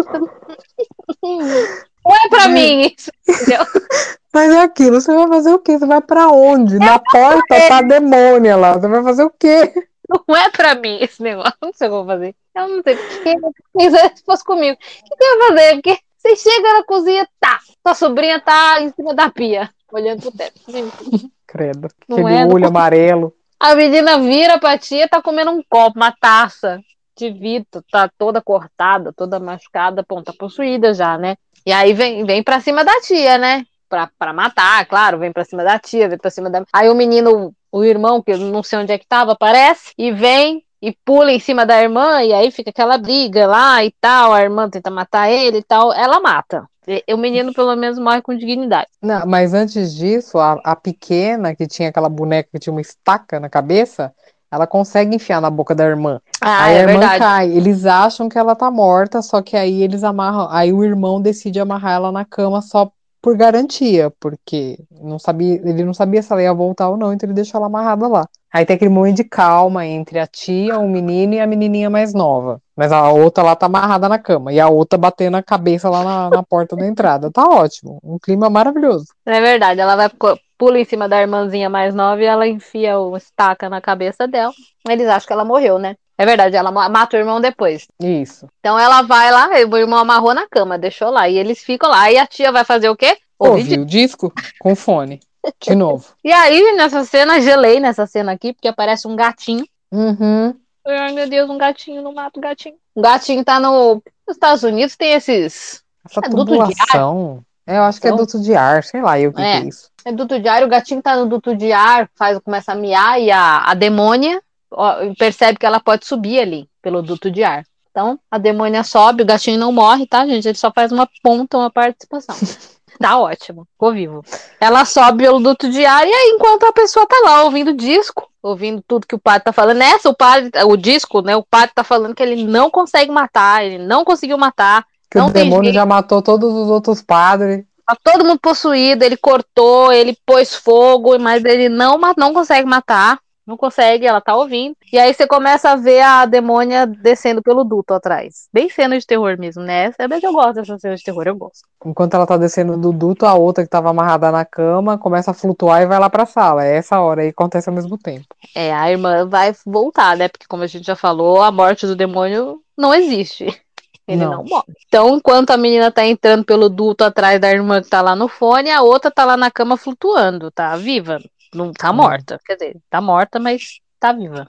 Não é pra Mas, mim isso, entendeu? mas é aquilo, você vai fazer o quê? Você vai pra onde? Na porta tá a demônia lá, você vai fazer o quê? Não é pra mim esse negócio. Não sei o que eu vou fazer. Eu não sei. Se fosse comigo, o que eu ia fazer? Porque você chega na cozinha, tá. Sua sobrinha tá em cima da pia, olhando pro teto. Gente, Credo, não aquele é, não. olho amarelo. A menina vira pra tia, tá comendo um copo, uma taça de vidro, tá toda cortada, toda machucada, pô, tá possuída já, né? E aí vem pra cima da tia, né? Pra matar, claro, vem pra cima da tia, vem pra cima da. Aí o menino, o irmão, que eu não sei onde é que tava, aparece, e vem e pula em cima da irmã, e aí fica aquela briga lá e tal, a irmã tenta matar ele e tal, ela mata. O menino, pelo menos, morre com dignidade. Não, mas antes disso, a pequena, que tinha aquela boneca que tinha uma estaca na cabeça, ela consegue enfiar na boca da irmã. Ah, Aí a é irmã verdade. cai. Eles acham que ela tá morta, só que aí eles amarram. Aí o irmão decide amarrar ela na cama só por garantia, porque ele não sabia se ela ia voltar ou não, então ele deixou ela amarrada lá. Aí tem aquele momento de calma entre a tia, o menino e a menininha mais nova. Mas a outra lá tá amarrada na cama. E a outra batendo a cabeça lá na porta da entrada. Tá ótimo. Um clima maravilhoso. É verdade, ela pula em cima da irmãzinha mais nova e ela enfia o estaca na cabeça dela. Eles acham que ela morreu, né? É verdade, ela mata o irmão depois. Isso. Então ela vai lá, o irmão amarrou na cama, deixou lá. E eles ficam lá. E a tia vai fazer o quê? Ouvir Ouvi disso. o disco com fone. De novo. E aí, nessa cena, gelei nessa cena aqui, porque aparece um gatinho. Uhum. Ai, meu Deus, um gatinho não mata o gatinho. O gatinho tá no... Nos Estados Unidos tem esses... Essa É duto de ar, tubulação, eu acho que é então... duto de ar, sei lá eu o que que é É. isso. É duto de ar, o gatinho tá no duto de ar, começa a miar e a demônia ó, percebe que ela pode subir ali pelo duto de ar. Então, a demônia sobe, o gatinho não morre, tá, gente? Ele só faz uma ponta, uma participação. Tá ótimo, ficou vivo. Ela sobe pelo duto de ar e aí, enquanto a pessoa tá lá ouvindo disco, ouvindo tudo que o padre tá falando, nessa, o disco, né? O padre tá falando que ele não consegue matar, ele não conseguiu matar, Que o não tem demônio jeito. já matou todos os outros padres. Tá todo mundo possuído, ele cortou, ele pôs fogo, mas ele não consegue matar. Não consegue, ela tá ouvindo. E aí você começa a ver a demônia descendo pelo duto atrás. Bem cena de terror mesmo, né? Mas eu gosto dessa cena de terror, eu gosto. Enquanto ela tá descendo do duto, a outra que tava amarrada na cama começa a flutuar e vai lá pra sala. É essa hora aí que acontece ao mesmo tempo. É, a irmã vai voltar, né? Porque como a gente já falou, a morte do demônio não existe. Ele não Não. morre. Então, enquanto a menina tá entrando pelo duto atrás da irmã que tá lá no fone, a outra tá lá na cama flutuando, tá viva. Não tá Hum. morta. Quer dizer, tá morta, mas tá viva.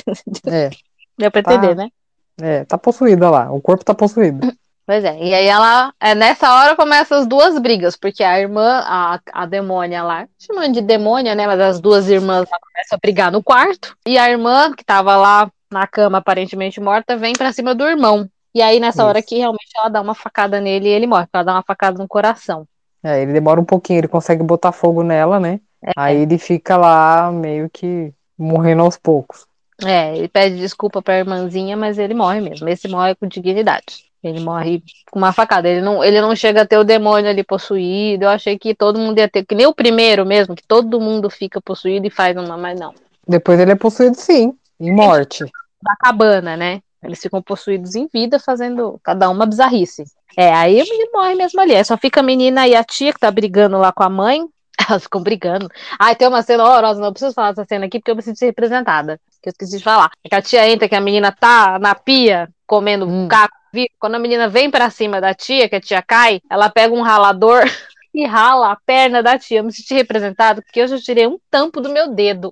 É, Deu pra entender, tá. né? Tá possuída lá. O corpo tá possuído. Pois é. E aí ela. Nessa hora começam as duas brigas, porque a irmã, a demônia lá, chamando de demônia, né? Mas as duas irmãs lá começam a brigar no quarto. E a irmã, que tava lá na cama aparentemente morta, vem pra cima do irmão. E aí, nessa hora Isso. que realmente ela dá uma facada nele e ele morre. Ela dá uma facada no coração. Ele demora um pouquinho, ele consegue botar fogo nela, né? Aí É. ele fica lá meio que morrendo aos poucos. Ele pede desculpa pra irmãzinha, mas ele morre mesmo. Esse morre com dignidade. Ele morre com uma facada. Ele não chega a ter o demônio ali possuído. Eu achei que todo mundo ia ter, que nem o primeiro mesmo, que todo mundo fica possuído e faz uma, mas não. Depois ele é possuído, sim, em morte. Da cabana, né? Eles ficam possuídos em vida, fazendo cada uma bizarrice. Aí o menino morre mesmo ali. Aí só fica a menina e a tia que tá brigando lá com a mãe. Elas ficam brigando. Ai, tem uma cena horrorosa, não preciso falar dessa cena aqui porque eu me senti representada. Que eu esqueci de falar. É que a tia entra, que a menina tá na pia comendo Hum. caco vivo. Quando a menina vem pra cima da tia, que a tia cai, ela pega um ralador e rala a perna da tia. Eu me senti representada porque eu já tirei um tampo do meu dedo.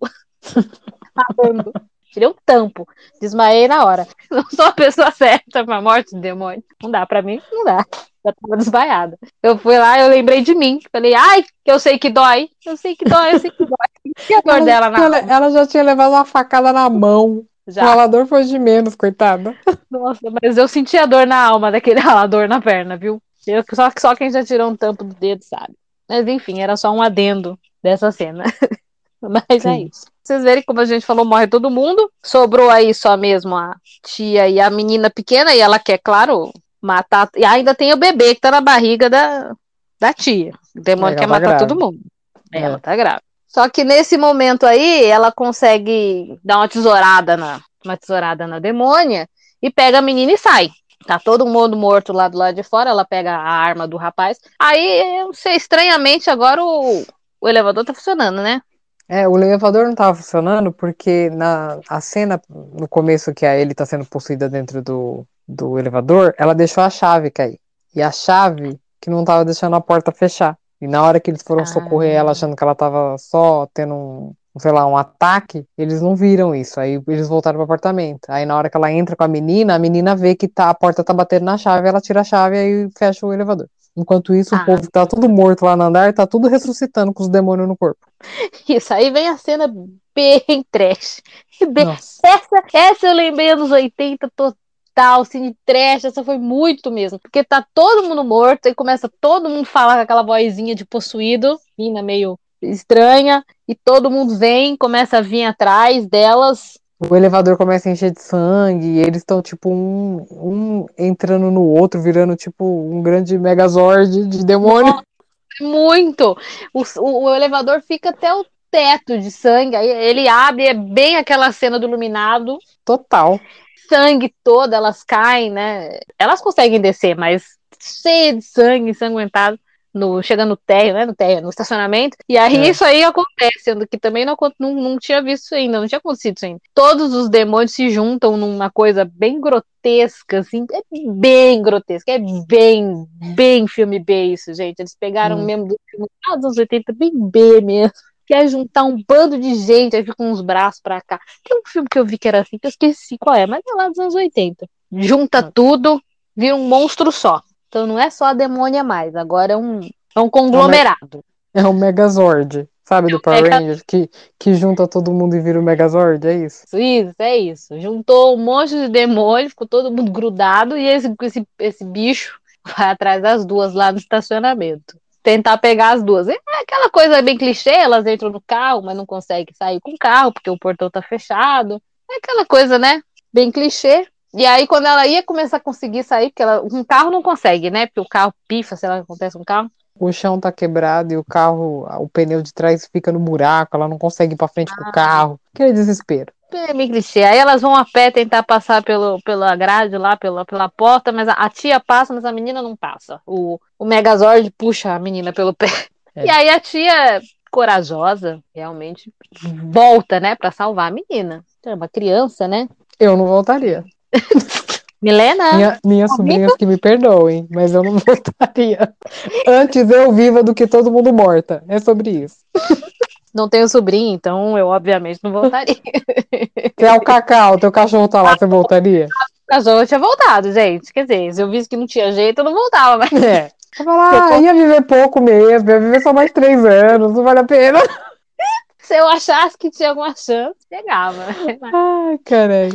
Tirei um tampo. Desmaiei na hora. Não sou a pessoa certa pra morte do demônio. Não dá, pra mim, não dá. Já tava desmaiada. Eu fui lá, eu lembrei de mim. Falei, ai, que eu sei que dói. Eu sei que dói, eu sei que dói. E a dor dela na alma? Ela já tinha levado uma facada na mão. O Já. ralador foi de menos, coitada. Nossa, mas eu senti a dor na alma daquele ralador na perna, viu? Só quem já tirou um tampo do dedo sabe. Mas enfim, era só um adendo dessa cena. Mas é Sim. isso. Vocês verem como a gente falou, morre todo mundo. Sobrou aí só mesmo a tia e a menina pequena, e ela quer, claro, matar. E ainda tem o bebê que tá na barriga da tia. O É, demônio quer ela tá matar todo grávida. mundo. Ela É. tá grávida. Só que nesse momento aí, ela consegue dar uma tesourada na demônia e pega a menina e sai. Tá todo mundo morto lá do lado de fora, ela pega a arma do rapaz. Aí, eu não sei, estranhamente agora o elevador tá funcionando, né? O elevador não estava funcionando porque a cena no começo que a Ellie está sendo possuída dentro do elevador, ela deixou a chave cair. E a chave que não estava deixando a porta fechar. E na hora que eles foram socorrer ela Ah, achando que ela estava só tendo sei lá, um ataque, eles não viram isso. Aí eles voltaram pro apartamento. Aí na hora que ela entra com a menina vê que a porta tá batendo na chave, ela tira a chave e aí fecha o elevador. Enquanto isso, o ah, povo que tá tudo morto lá no andar, tá tudo ressuscitando com os demônios no corpo. isso. Aí vem a cena bem trash. Nossa. Essa eu lembrei anos 80 total, cine trash, essa foi muito mesmo. Porque tá todo mundo morto e começa todo mundo falar com aquela vozinha de possuído, fina, meio estranha, e todo mundo vem, começa a vir atrás delas. O elevador começa a encher de sangue, e eles estão, tipo, um entrando no outro, virando, tipo, um grande megazord de demônio. Nossa, muito! O elevador fica até o teto de sangue, aí ele abre, é bem aquela cena do iluminado, Total. sangue todo, elas caem, né? Elas conseguem descer, mas cheia de sangue, ensanguentado, chegando no térreo, né? No térreo, no estacionamento. E aí É. isso aí acontece, sendo que também não tinha visto isso ainda, não tinha acontecido isso ainda. Todos os demônios se juntam numa coisa bem grotesca, assim, é bem grotesca, é bem, bem filme B isso, gente. Eles pegaram Hum. mesmo do filme dos anos 80, bem B mesmo. quer juntar um bando de gente, aí fica uns braços pra cá. Tem um filme que eu vi que era assim, que eu esqueci qual é, mas é lá dos anos 80. Junta tudo, vira um monstro só. Então não é só a demônia mais, agora é um É o, Me- conglomerado. é o Megazord, sabe, do Power Rangers, que junta todo mundo e vira o Megazord, é isso? Isso, é isso. Juntou um monte de demônio, ficou todo mundo grudado e esse bicho vai atrás das duas lá no estacionamento. Tentar pegar as duas. É aquela coisa bem clichê, elas entram no carro, mas não conseguem sair com o carro porque o portão tá fechado. É aquela coisa, né? Bem clichê. E aí, quando ela ia começar a conseguir sair, porque um carro não consegue, né? Porque o carro pifa, sei lá o que acontece com o carro. O chão tá quebrado e o carro, o pneu de trás fica no buraco, ela não consegue ir pra frente com o carro. Aquele desespero. É meio clichê. Aí elas vão a pé tentar passar pela grade lá, pela porta, mas a tia passa, mas a menina não passa. O Megazord puxa a menina pelo pé. E É. aí a tia, corajosa, realmente, volta, né, pra salvar a menina. É uma criança, né? Eu não voltaria. Milena, Minhas sobrinhas que me perdoem, mas eu não voltaria. Antes eu viva do que todo mundo morta. É sobre isso. não tenho sobrinho, então eu obviamente não voltaria. Se é o Cacau, teu cachorro tá lá, você voltaria? Casou, eu tinha voltado, gente. Quer dizer, se eu visse que não tinha jeito, eu não voltava, mas É. Você se eu, fala, ia viver pouco mesmo, ia viver só mais 3 anos, não vale a pena. se eu achasse que tinha alguma chance, pegava. Ai, caralho.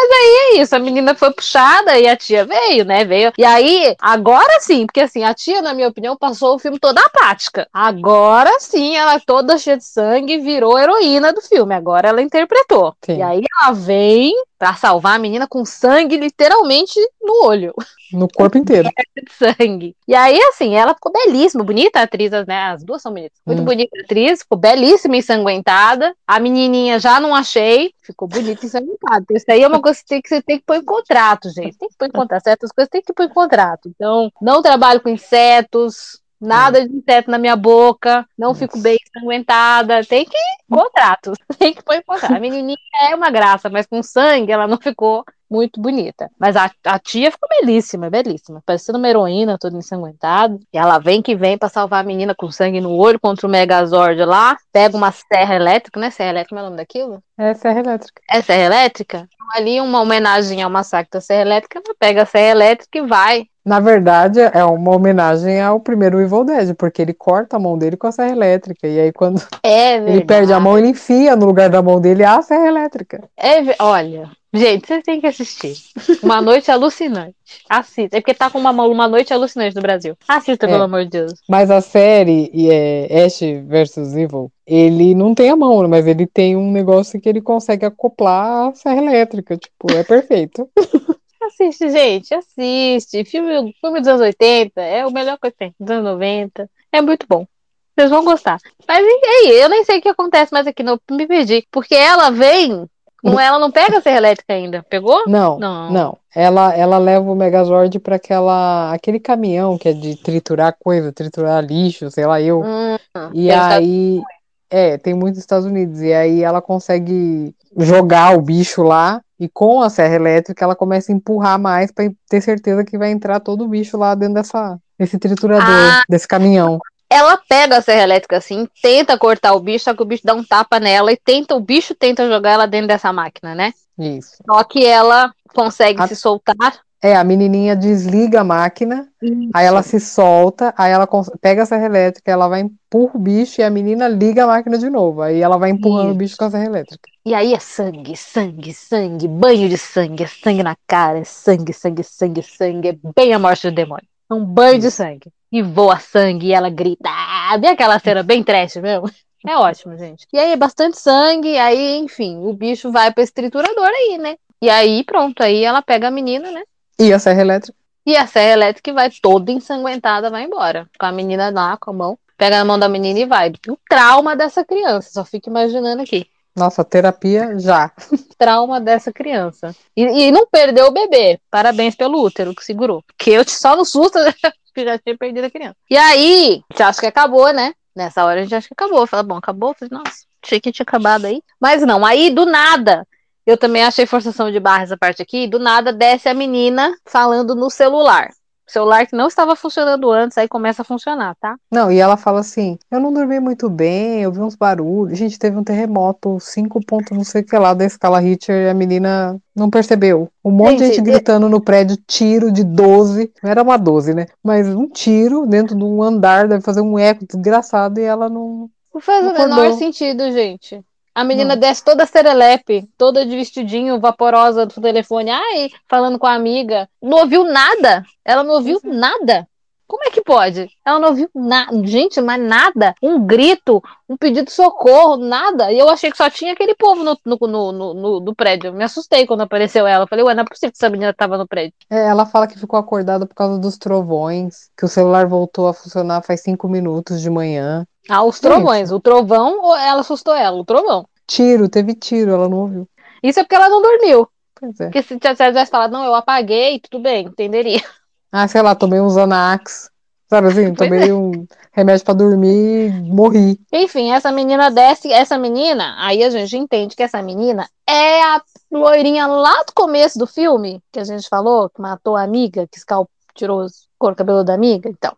É isso, a menina foi puxada e a tia veio, né? Veio. E aí, agora sim, porque assim, a tia, na minha opinião, passou o filme toda apática. Agora sim, ela toda cheia de sangue virou heroína do filme. Agora ela interpretou. E Sim, aí ela vem pra salvar a menina com sangue literalmente no olho. no corpo inteiro. De sangue. E aí, assim, ela ficou belíssima, bonita a atriz, né? As duas são bonitas. Muito Hum. bonita a atriz, ficou belíssima ensanguentada. A menininha já não achei, ficou bonita ensanguentada. Isso aí é uma coisa que você tem que pôr em contrato, gente. Tem que pôr em contrato. Certas coisas tem que pôr em contrato. Então, não trabalho com insetos. Hum. Nada de inseto na minha boca, não fico bem Nossa. ensanguentada. Tem que contrato, tem que pôr em contrato. A menininha é uma graça, mas com sangue ela não ficou muito bonita. Mas a tia ficou belíssima, belíssima. Parecendo uma heroína, toda ensanguentada. E ela vem que vem pra salvar a menina com sangue no olho contra o Megazord lá. Pega uma serra elétrica, né? Serra elétrica, como é o nome daquilo? É serra elétrica. É serra elétrica? Então, ali uma homenagem ao massacre da serra elétrica. Ela pega a serra elétrica e vai. Na verdade, é uma homenagem ao primeiro Evil Dead, porque ele corta a mão dele com a serra elétrica. E aí, quando É ele perde a mão, verdade. ele enfia no lugar da mão dele a serra elétrica. Olha, gente, vocês têm que assistir. Uma Noite Alucinante. Assista. É porque tá com uma Noite Alucinante no Brasil. Assista, pelo É. amor de Deus. Mas a série Ash versus Evil, ele não tem a mão, mas ele tem um negócio que ele consegue acoplar a serra elétrica. Tipo, é perfeito. Assiste, gente, assiste. Filme dos anos 80 é o melhor coisa que tem. Dos anos 90. É muito bom. Vocês vão gostar. Mas e aí, eu nem sei o que acontece mais aqui, não me perdi. Porque ela vem, não, ela não pega a serra elétrica ainda. Pegou? Não, Não. não. Ela leva o Megazord para aquele caminhão que é de triturar coisa, triturar lixo, sei lá eu. Hum, E tem os Estados aí, tem muito nos Estados Unidos. E aí ela consegue jogar o bicho lá e com a serra elétrica ela começa a empurrar mais para ter certeza que vai entrar todo o bicho lá dentro desse triturador, Ah, desse caminhão. ela pega a serra elétrica assim, tenta cortar o bicho, só que o bicho dá um tapa nela e o bicho tenta jogar ela dentro dessa máquina, né? Isso. Só que ela consegue A, se soltar. a menininha desliga a máquina, aí ela Isso. se solta, aí ela pega a serra elétrica, ela vai empurra o bicho e a menina liga a máquina de novo. Aí ela vai empurrando o bicho com Isso. a serra elétrica. E aí é sangue, sangue, sangue, banho de sangue, é sangue na cara, é sangue, sangue, sangue, sangue, é bem a morte do demônio. É um banho de Isso. sangue. E voa sangue e ela grita. Ah, bem aquela cena bem trash mesmo. É ótimo, gente. E aí é bastante sangue, aí, enfim, o bicho vai pra esse triturador aí, né? E aí, pronto, aí ela pega a menina, né? E a serra elétrica? E a serra elétrica vai toda ensanguentada, vai embora. Com a menina lá, com a mão. Pega na mão da menina e vai. O trauma dessa criança, só fico imaginando aqui. Nossa, terapia já. Trauma dessa criança. E não perdeu o bebê. Parabéns pelo útero que segurou. Porque eu só no susto que já tinha perdido a criança. E aí, já acho que acabou, né? Nessa hora a gente acha que acabou. Fala, bom, acabou? Falei, nossa, achei que tinha acabado aí. Mas não, aí do nada, eu também achei forçação de barra essa parte aqui. Do nada desce a menina falando no celular. Celular que não estava funcionando antes, aí começa a funcionar, tá? Não, e ela fala assim: eu não dormi muito bem, eu vi uns barulhos. Gente, teve um terremoto, 5 pontos, não sei o que lá da escala Richter, e a menina não percebeu. Um monte de Gente, gente gritando no prédio, tiro de 12. Não era uma 12, né? Mas um tiro dentro de um andar, deve fazer um eco desgraçado, e ela não faz não o menor acordou. sentido, gente. A menina Não. desce toda serelepe, toda de vestidinho, vaporosa do telefone, ai, falando com a amiga. Não ouviu nada. Ela não ouviu Pois é. nada. Como é que pode? Ela não ouviu nada. Gente, mas nada. Um grito, um pedido de socorro, nada. E eu achei que só tinha aquele povo no prédio. Me assustei quando apareceu ela. Falei, ué, não é possível que essa menina tava no prédio. É, ela fala que ficou acordada por causa dos trovões, que o celular voltou a funcionar faz 5 minutos de manhã. Ah, os Gente, trovões. O trovão, ou ela assustou ela? O trovão. tiro, teve tiro, ela não ouviu. Isso é porque ela não dormiu. Pois é. Porque se tivesse falado, não, eu apaguei, tudo bem, entenderia. Ah, sei lá, tomei uns Anax. Sabe assim, Pois é. tomei um remédio pra dormir e morri. Enfim, essa menina desce, essa menina, aí a gente entende que essa menina é a loirinha lá do começo do filme, que a gente falou, que matou a amiga, que tirou o couro cabelo da amiga. Então,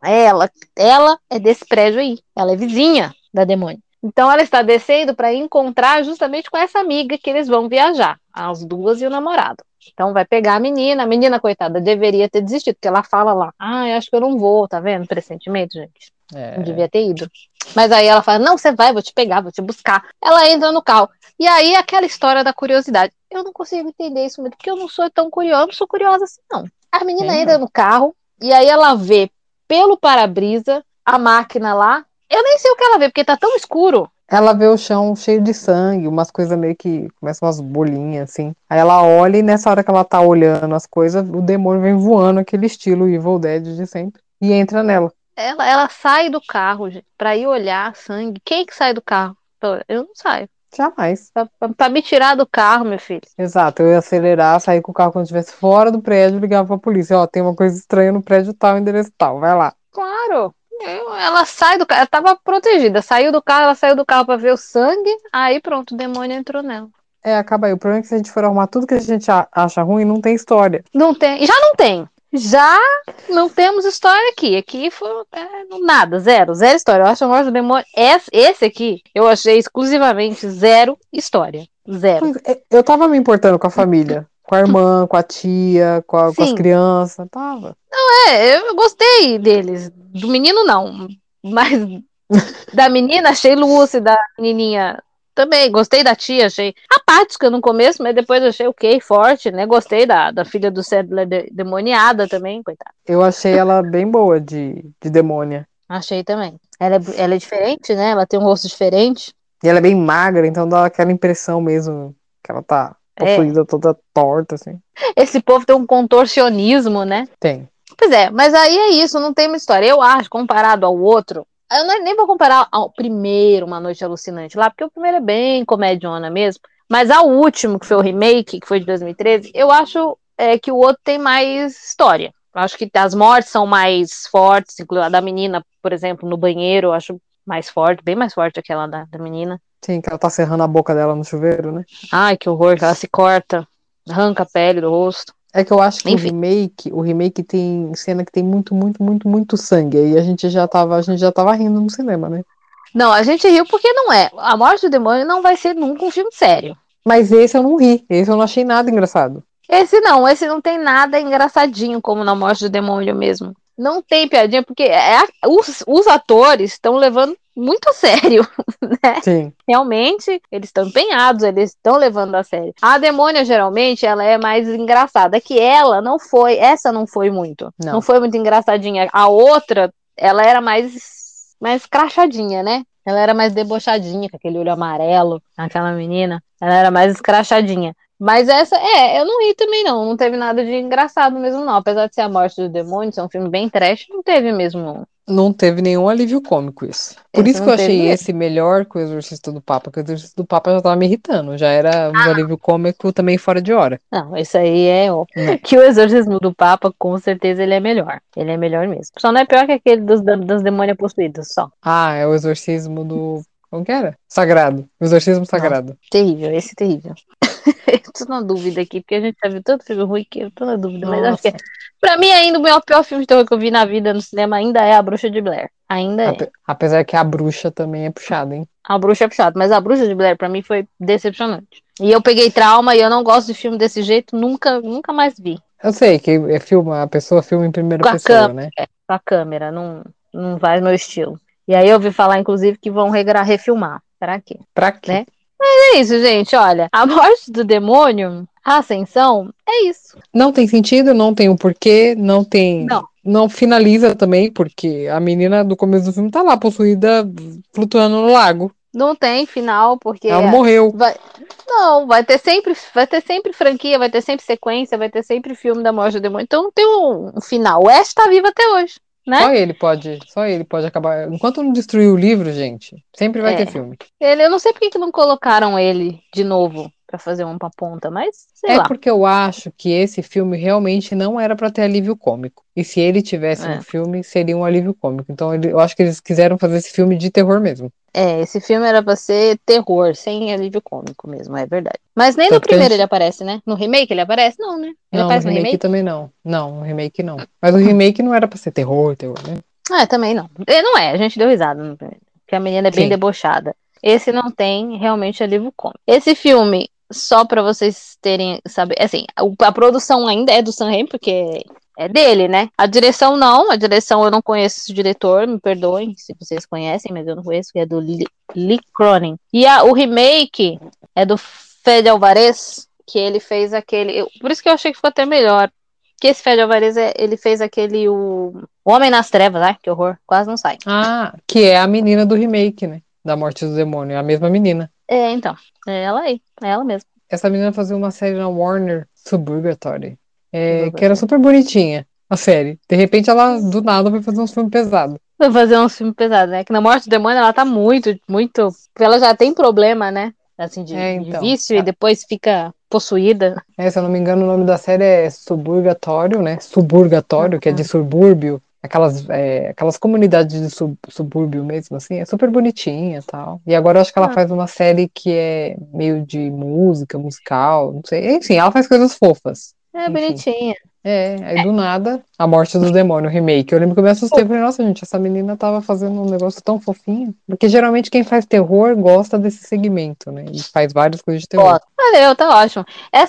ela é desse prédio aí. Ela é vizinha da demônia. Então, ela está descendo para encontrar justamente com essa amiga que eles vão viajar, as duas e o namorado. Então, vai pegar a menina, coitada, deveria ter desistido, porque ela fala lá, ah, eu acho que eu não vou, tá vendo? Pressentimento, gente. Não É, devia ter ido. Mas aí ela fala: não, você vai, vou te pegar, vou te buscar. Ela entra no carro. E aí aquela história da curiosidade. Eu não consigo entender isso muito, porque eu não sou tão curiosa, não sou curiosa assim, não. A menina nem entra eu. no carro e aí ela vê pelo para-brisa a máquina lá. Eu nem sei o que ela vê, porque tá tão escuro. Ela vê o chão cheio de sangue, umas coisas meio que começam umas bolinhas assim. Aí ela olha e nessa hora que ela tá olhando as coisas, o demônio vem voando, aquele estilo Evil Dead de sempre, e entra nela. Ela sai do carro, gente, pra ir olhar sangue. Quem que sai do carro? Eu não saio. Jamais. Pra me tirar do carro, meu filho. Exato, eu ia acelerar, sair com o carro quando estivesse fora do prédio, ligava pra polícia. Ó, tem uma coisa estranha no prédio tal, endereço tal, vai lá. Claro. Ela sai do carro, ela tava protegida. Saiu do carro, ela saiu do carro pra ver o sangue. Aí pronto, o demônio entrou nela. É, acaba aí. O problema é que se a gente for arrumar tudo que a gente acha ruim, não tem história. Não tem, já não tem. Já não temos história aqui. Aqui foi nada, zero, zero história. Eu acho a morte do demônio. Esse aqui eu achei exclusivamente zero história. Zero. Pois é, eu tava me importando com a família, com a irmã, com a tia, com as Sim, crianças, tava. eu gostei deles. Do menino, não. Mas da menina, achei lúcida, da menininha também. Gostei da tia, achei apática no começo, mas depois achei ok, forte, né? Gostei da filha do Sandler demoniada também, coitada. Eu achei ela bem boa de demônia. Achei também. Ela é diferente, né? Ela tem um rosto diferente. E ela é bem magra, então dá aquela impressão mesmo que ela tá É. possuída toda torta, assim. Esse povo tem um contorcionismo, né? Tem. Pois é, mas aí é isso, não tem uma história. Eu acho, comparado ao outro, eu nem vou comparar ao primeiro, Uma Noite Alucinante, lá, porque o primeiro é bem comediona mesmo. Mas ao último, que foi o remake, que foi de 2013, eu acho que o outro tem mais história. Eu acho que as mortes são mais fortes, incluindo a da menina, por exemplo, no banheiro, eu acho mais forte, bem mais forte aquela da menina. Sim, que ela tá serrando a boca dela no chuveiro, né? Ai, que horror, que ela se corta, arranca a pele do rosto. É que eu acho que Enfim. o remake tem cena que tem muito, muito, muito, muito sangue. Aí a gente já tava rindo no cinema, né? Não, a gente riu porque não é. A Morte do Demônio não vai ser nunca um filme sério. Mas esse eu não ri, esse eu não achei nada engraçado. Esse não tem nada engraçadinho como na Morte do Demônio mesmo. Não tem piadinha, porque os atores estão levando muito a sério, né? Sim, Realmente, eles estão empenhados, eles estão levando a sério. A demônia, geralmente, ela é mais engraçada. É que ela não foi, essa não foi muito. Não não. foi muito engraçadinha. A outra, ela era mais crachadinha, né? Ela era mais debochadinha, com aquele olho amarelo, aquela menina. Ela era mais escrachadinha. Mas essa, eu não ri também não. Não teve nada de engraçado mesmo, não. Apesar de ser A Morte do Demônio, ser um filme bem trash, não teve mesmo. Não teve nenhum alívio cômico isso. Por Esse isso que não eu teve achei mesmo. esse melhor que o Exorcista do Papa, porque o Exorcista do Papa já tava me irritando, já era uns alívio cômico também fora de hora, Não, esse aí é ó. né? Que o Exorcismo do Papa, com certeza, ele é melhor. Ele é melhor mesmo. Só não é pior que aquele dos demônios possuídos, só. Ah, é o exorcismo do. Como que era? Sagrado. O exorcismo Nossa, sagrado. terrível, esse é terrível. Tô na dúvida aqui, porque a gente já viu tanto filme ruim que eu tô na dúvida, mas acho que é. Nossa, Pra mim, ainda o maior pior filme de terror que eu vi na vida no cinema ainda é A Bruxa de Blair. Ainda é. apesar que a bruxa também é puxada, hein? A Bruxa é puxado, mas A Bruxa de Blair pra mim foi decepcionante. E eu peguei trauma e eu não gosto de filme desse jeito, nunca mais vi. Eu sei que é filma, a pessoa filma em primeira Com a câmera, pessoa, né? com a câmera, não vai meu estilo. E aí eu ouvi falar, inclusive, que vão refilmar. Será que? Pra quê? Né? É isso, gente. Olha, a morte do demônio, a ascensão, é isso. Não tem sentido, não tem o porquê, não Não, tem. Não finaliza também, porque a menina do começo do filme tá lá, possuída, flutuando no lago. não tem final, porque Ela não morreu. vai, não, vai ter sempre franquia, vai ter sempre sequência, vai ter sempre filme da morte do demônio. Então não tem um final. O Ash tá vivo até hoje, né? Só ele pode acabar. Enquanto não destruir o livro, gente, sempre vai ter É. filme. Eu não sei por que não colocaram ele de novo pra fazer uma ponta, mas sei É lá. porque eu acho que esse filme realmente não era pra ter alívio cômico. E se ele tivesse no É. filme, seria um alívio cômico. Então eu acho que eles quiseram fazer esse filme de terror mesmo. É, esse filme era pra ser terror, sem alívio cômico mesmo, é verdade. Mas nem no Tanto que a primeiro ele gente. aparece, né? No remake ele aparece? Não, né? Ele Não, no aparece no remake remake? também não. Não, no remake não. Mas o remake não era pra ser terror, terror, né? Ah, também não. Ele não é, a gente deu risada no primeiro. Porque a menina é bem Sim. debochada. Esse não tem realmente alívio cômico. Esse filme, só pra vocês terem, saber, assim, a produção ainda é do Sam Raimi, porque é dele, né? A direção não, a direção eu não conheço esse diretor, me perdoem se vocês conhecem, mas eu não conheço, que é do Lee Cronin. E o remake é do Fede Alvarez, que ele fez aquele, por isso que eu achei que ficou até melhor. Que esse Fede Alvarez, ele fez aquele, o Homem nas Trevas, ai, que horror, quase não sai. Ah, que é a menina do remake, né? Da Morte do Demônio. É a mesma menina. É, então, é ela aí, é ela mesma. Essa menina fazia uma série na Warner, Suburgatory, que era Suburban. super bonitinha, a série. De repente ela, do nada, foi fazer uns filmes pesados. Vou fazer um filme pesado, né? Que na Morte do Demônio ela tá muito. Ela já tem problema, né? Assim, É, de então. vício e depois fica possuída. Se eu não me engano, o nome da série é Suburgatório, né? Suburgatório, que é de Uhum. subúrbio. Aquelas comunidades de subúrbio mesmo, assim. É super bonitinha e tal. E agora eu acho que ela Ah, faz uma série que é meio de música, musical, não sei. Enfim, ela faz coisas fofas. é Enfim. bonitinha. Aí do nada, A Morte do Demônio, o remake. Eu lembro que eu me assustei, falei, nossa, gente, essa menina tava fazendo um negócio tão fofinho. Porque geralmente quem faz terror gosta desse segmento, né? E faz várias coisas de terror. Gosto. Valeu, tá ótimo.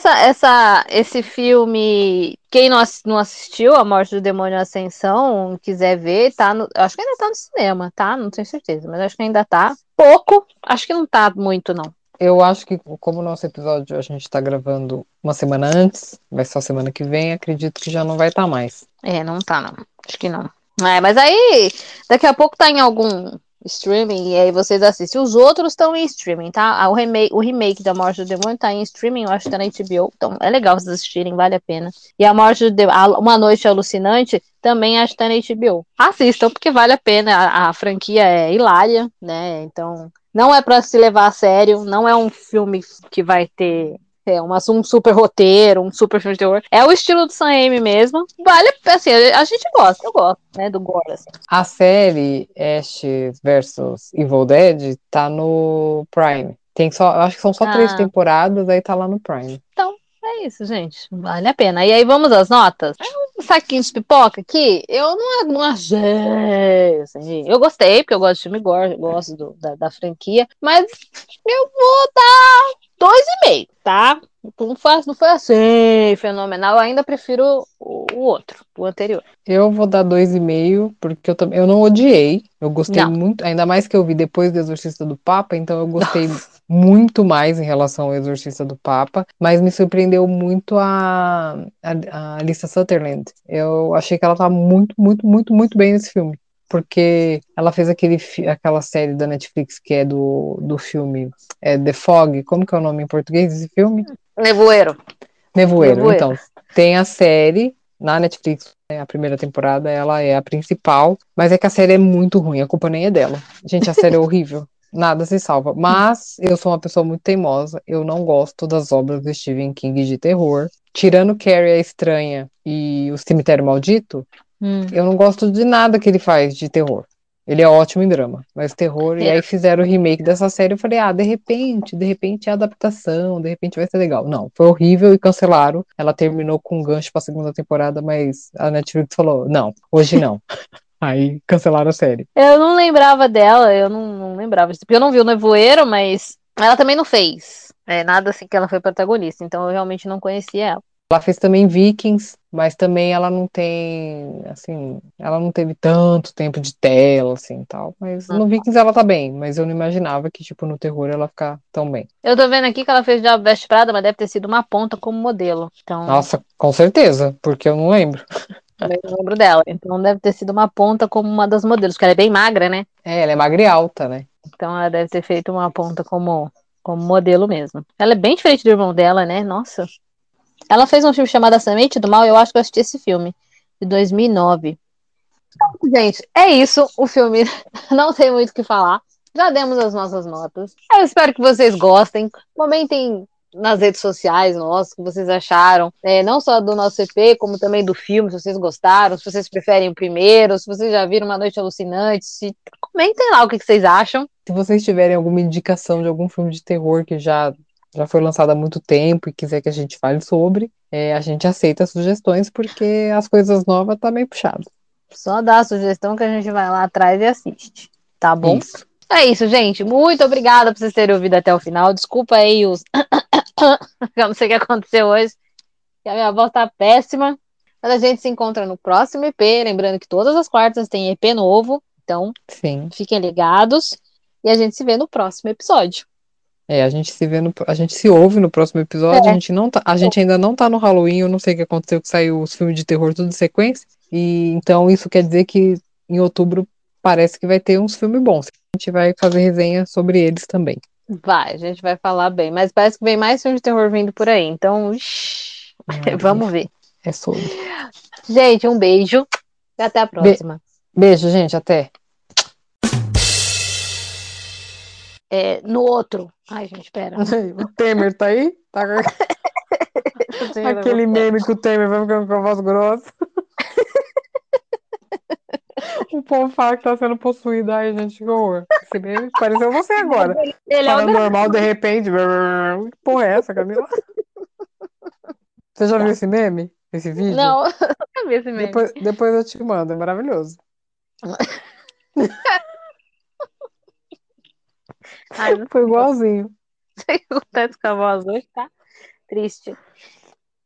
Esse filme, quem não assistiu, A Morte do Demônio Ascensão, quiser ver, tá no, acho que ainda tá no cinema, tá? Não tenho certeza, mas acho que ainda tá. Pouco, acho que não tá muito, não. Eu acho que, como o nosso episódio a gente tá gravando uma semana antes, vai ser só semana que vem, acredito que já não vai estar mais. É, não tá, não. Acho que não. É, mas aí, daqui a pouco tá em algum streaming e aí vocês assistem. Os outros estão em streaming, tá? O remake da Morte do Demônio tá em streaming, eu acho que tá na HBO. Então é legal vocês assistirem, vale a pena. E a Morte do Demônio, Uma Noite Alucinante, também acho que tá na HBO. Assistam, porque vale a pena. A franquia é hilária, né? Então, não é pra se levar a sério, não é um filme que vai ter um super roteiro, um super filme de terror. É o estilo do Sam Raimi mesmo. Vale, assim, a gente gosta, eu gosto, né, do gore, assim. A série Ash versus Evil Dead tá no Prime. Tem só, eu acho que são só 3 Ah, temporadas, aí tá lá no Prime. então, é isso, gente. Vale a pena. E aí, vamos às notas? Um saquinho de pipoca aqui, eu não achei, assim, eu gostei, porque eu gosto de filme gore, eu gosto da franquia, mas eu vou dar 2,5, tá? Não foi assim, fenomenal. Eu ainda prefiro o outro, o anterior. Eu vou dar 2,5, porque eu não odiei. Eu gostei Não. muito, ainda mais que eu vi depois do Exorcista do Papa, então eu gostei muito mais em relação ao Exorcista do Papa, mas me surpreendeu muito a Alyssa Sutherland. Eu achei que ela tá muito, muito, muito, muito bem nesse filme. Porque ela fez aquela série da Netflix que é do filme The Fog. Como que é o nome em português desse filme? Nevoeiro. Nevoeiro. Nevoeiro. Então, tem a série na Netflix, né, a primeira temporada, ela é a principal, mas é que a série é muito ruim, a culpa nem é dela. Gente, a série é horrível. Nada se salva. Mas eu sou uma pessoa muito teimosa, eu não gosto das obras do Stephen King de terror. Tirando Carrie a Estranha e O Cemitério Maldito, Hum. eu não gosto de nada que ele faz de terror. Ele é ótimo em drama, mas terror. E aí fizeram o remake dessa série. Eu falei, ah, de repente é adaptação, de repente vai ser legal. Não, foi horrível e cancelaram. Ela terminou com um gancho pra segunda temporada, mas a Netflix falou, não, hoje não. Aí cancelaram a série. Eu não lembrava dela, eu não lembrava disso, porque eu não vi o Nevoeiro, mas ela também não fez. É, nada assim que ela foi protagonista, então eu realmente não conhecia ela. Ela fez também Vikings, mas também ela não tem, assim, ela não teve tanto tempo de tela, assim, tal. Mas no Vikings ela tá bem, mas eu não imaginava que, tipo, no terror ela ficar tão bem. Eu tô vendo aqui que ela fez Diabo Veste Prada, mas deve ter sido uma ponta como modelo. Então, Nossa, com certeza, porque eu não lembro. também não lembro dela. Então deve ter sido uma ponta como uma das modelos, porque ela é bem magra, né? É, ela é magra e alta, né? Então ela deve ter feito uma ponta como modelo mesmo. Ela é bem diferente do irmão dela, né? Nossa. Ela fez um filme chamado A Semente do Mal, eu acho que eu assisti esse filme, de 2009. Gente, é isso, o filme. Não tem muito o que falar. Já demos as nossas notas. Eu espero que vocês gostem. Comentem nas redes sociais nossas o que vocês acharam. Não só do nosso EP, como também do filme, se vocês gostaram, se vocês preferem o primeiro, se vocês já viram Uma Noite Alucinante. Comentem lá o que vocês acham. Se vocês tiverem alguma indicação de algum filme de terror que já foi lançado há muito tempo e quiser que a gente fale sobre, a gente aceita sugestões porque as coisas novas tá meio puxado. Só dá a sugestão que a gente vai lá atrás e assiste. Tá bom? Isso. É isso, gente. Muito obrigada por vocês terem ouvido até o final. Desculpa aí os. Eu não sei o que aconteceu hoje. Que a minha voz tá péssima. Mas a gente se encontra no próximo EP. Lembrando que todas as quartas tem EP novo. Então, Sim. fiquem ligados. E a gente se vê no próximo episódio. A gente se vê a gente se ouve no próximo episódio. É. A gente ainda não tá no Halloween, eu não sei o que aconteceu que saiu os filmes de terror tudo em sequência. E então isso quer dizer que em outubro parece que vai ter uns filmes bons. A gente vai fazer resenha sobre eles também. Vai, a gente vai falar bem. Mas parece que vem mais filme de terror vindo por aí. Então, Aí vamos ver. é sobre. Gente, um beijo. E até a Be- próxima. Beijo, gente, até. No outro. Ai, gente, espera. O Temer tá aí? Tá com aquele meme que o Temer vai ficando com a voz grossa. O povo fala que tá sendo possuído. Ai, gente, que horror. Esse meme pareceu você agora. Ele é o Falando dragão. normal, de repente. Que porra é essa, Camila? Você já viu esse meme? Esse vídeo? Não, eu vi esse meme. Depois eu te mando, é maravilhoso. Ai, não Foi sei igualzinho. o que acontece com a voz hoje, tá triste.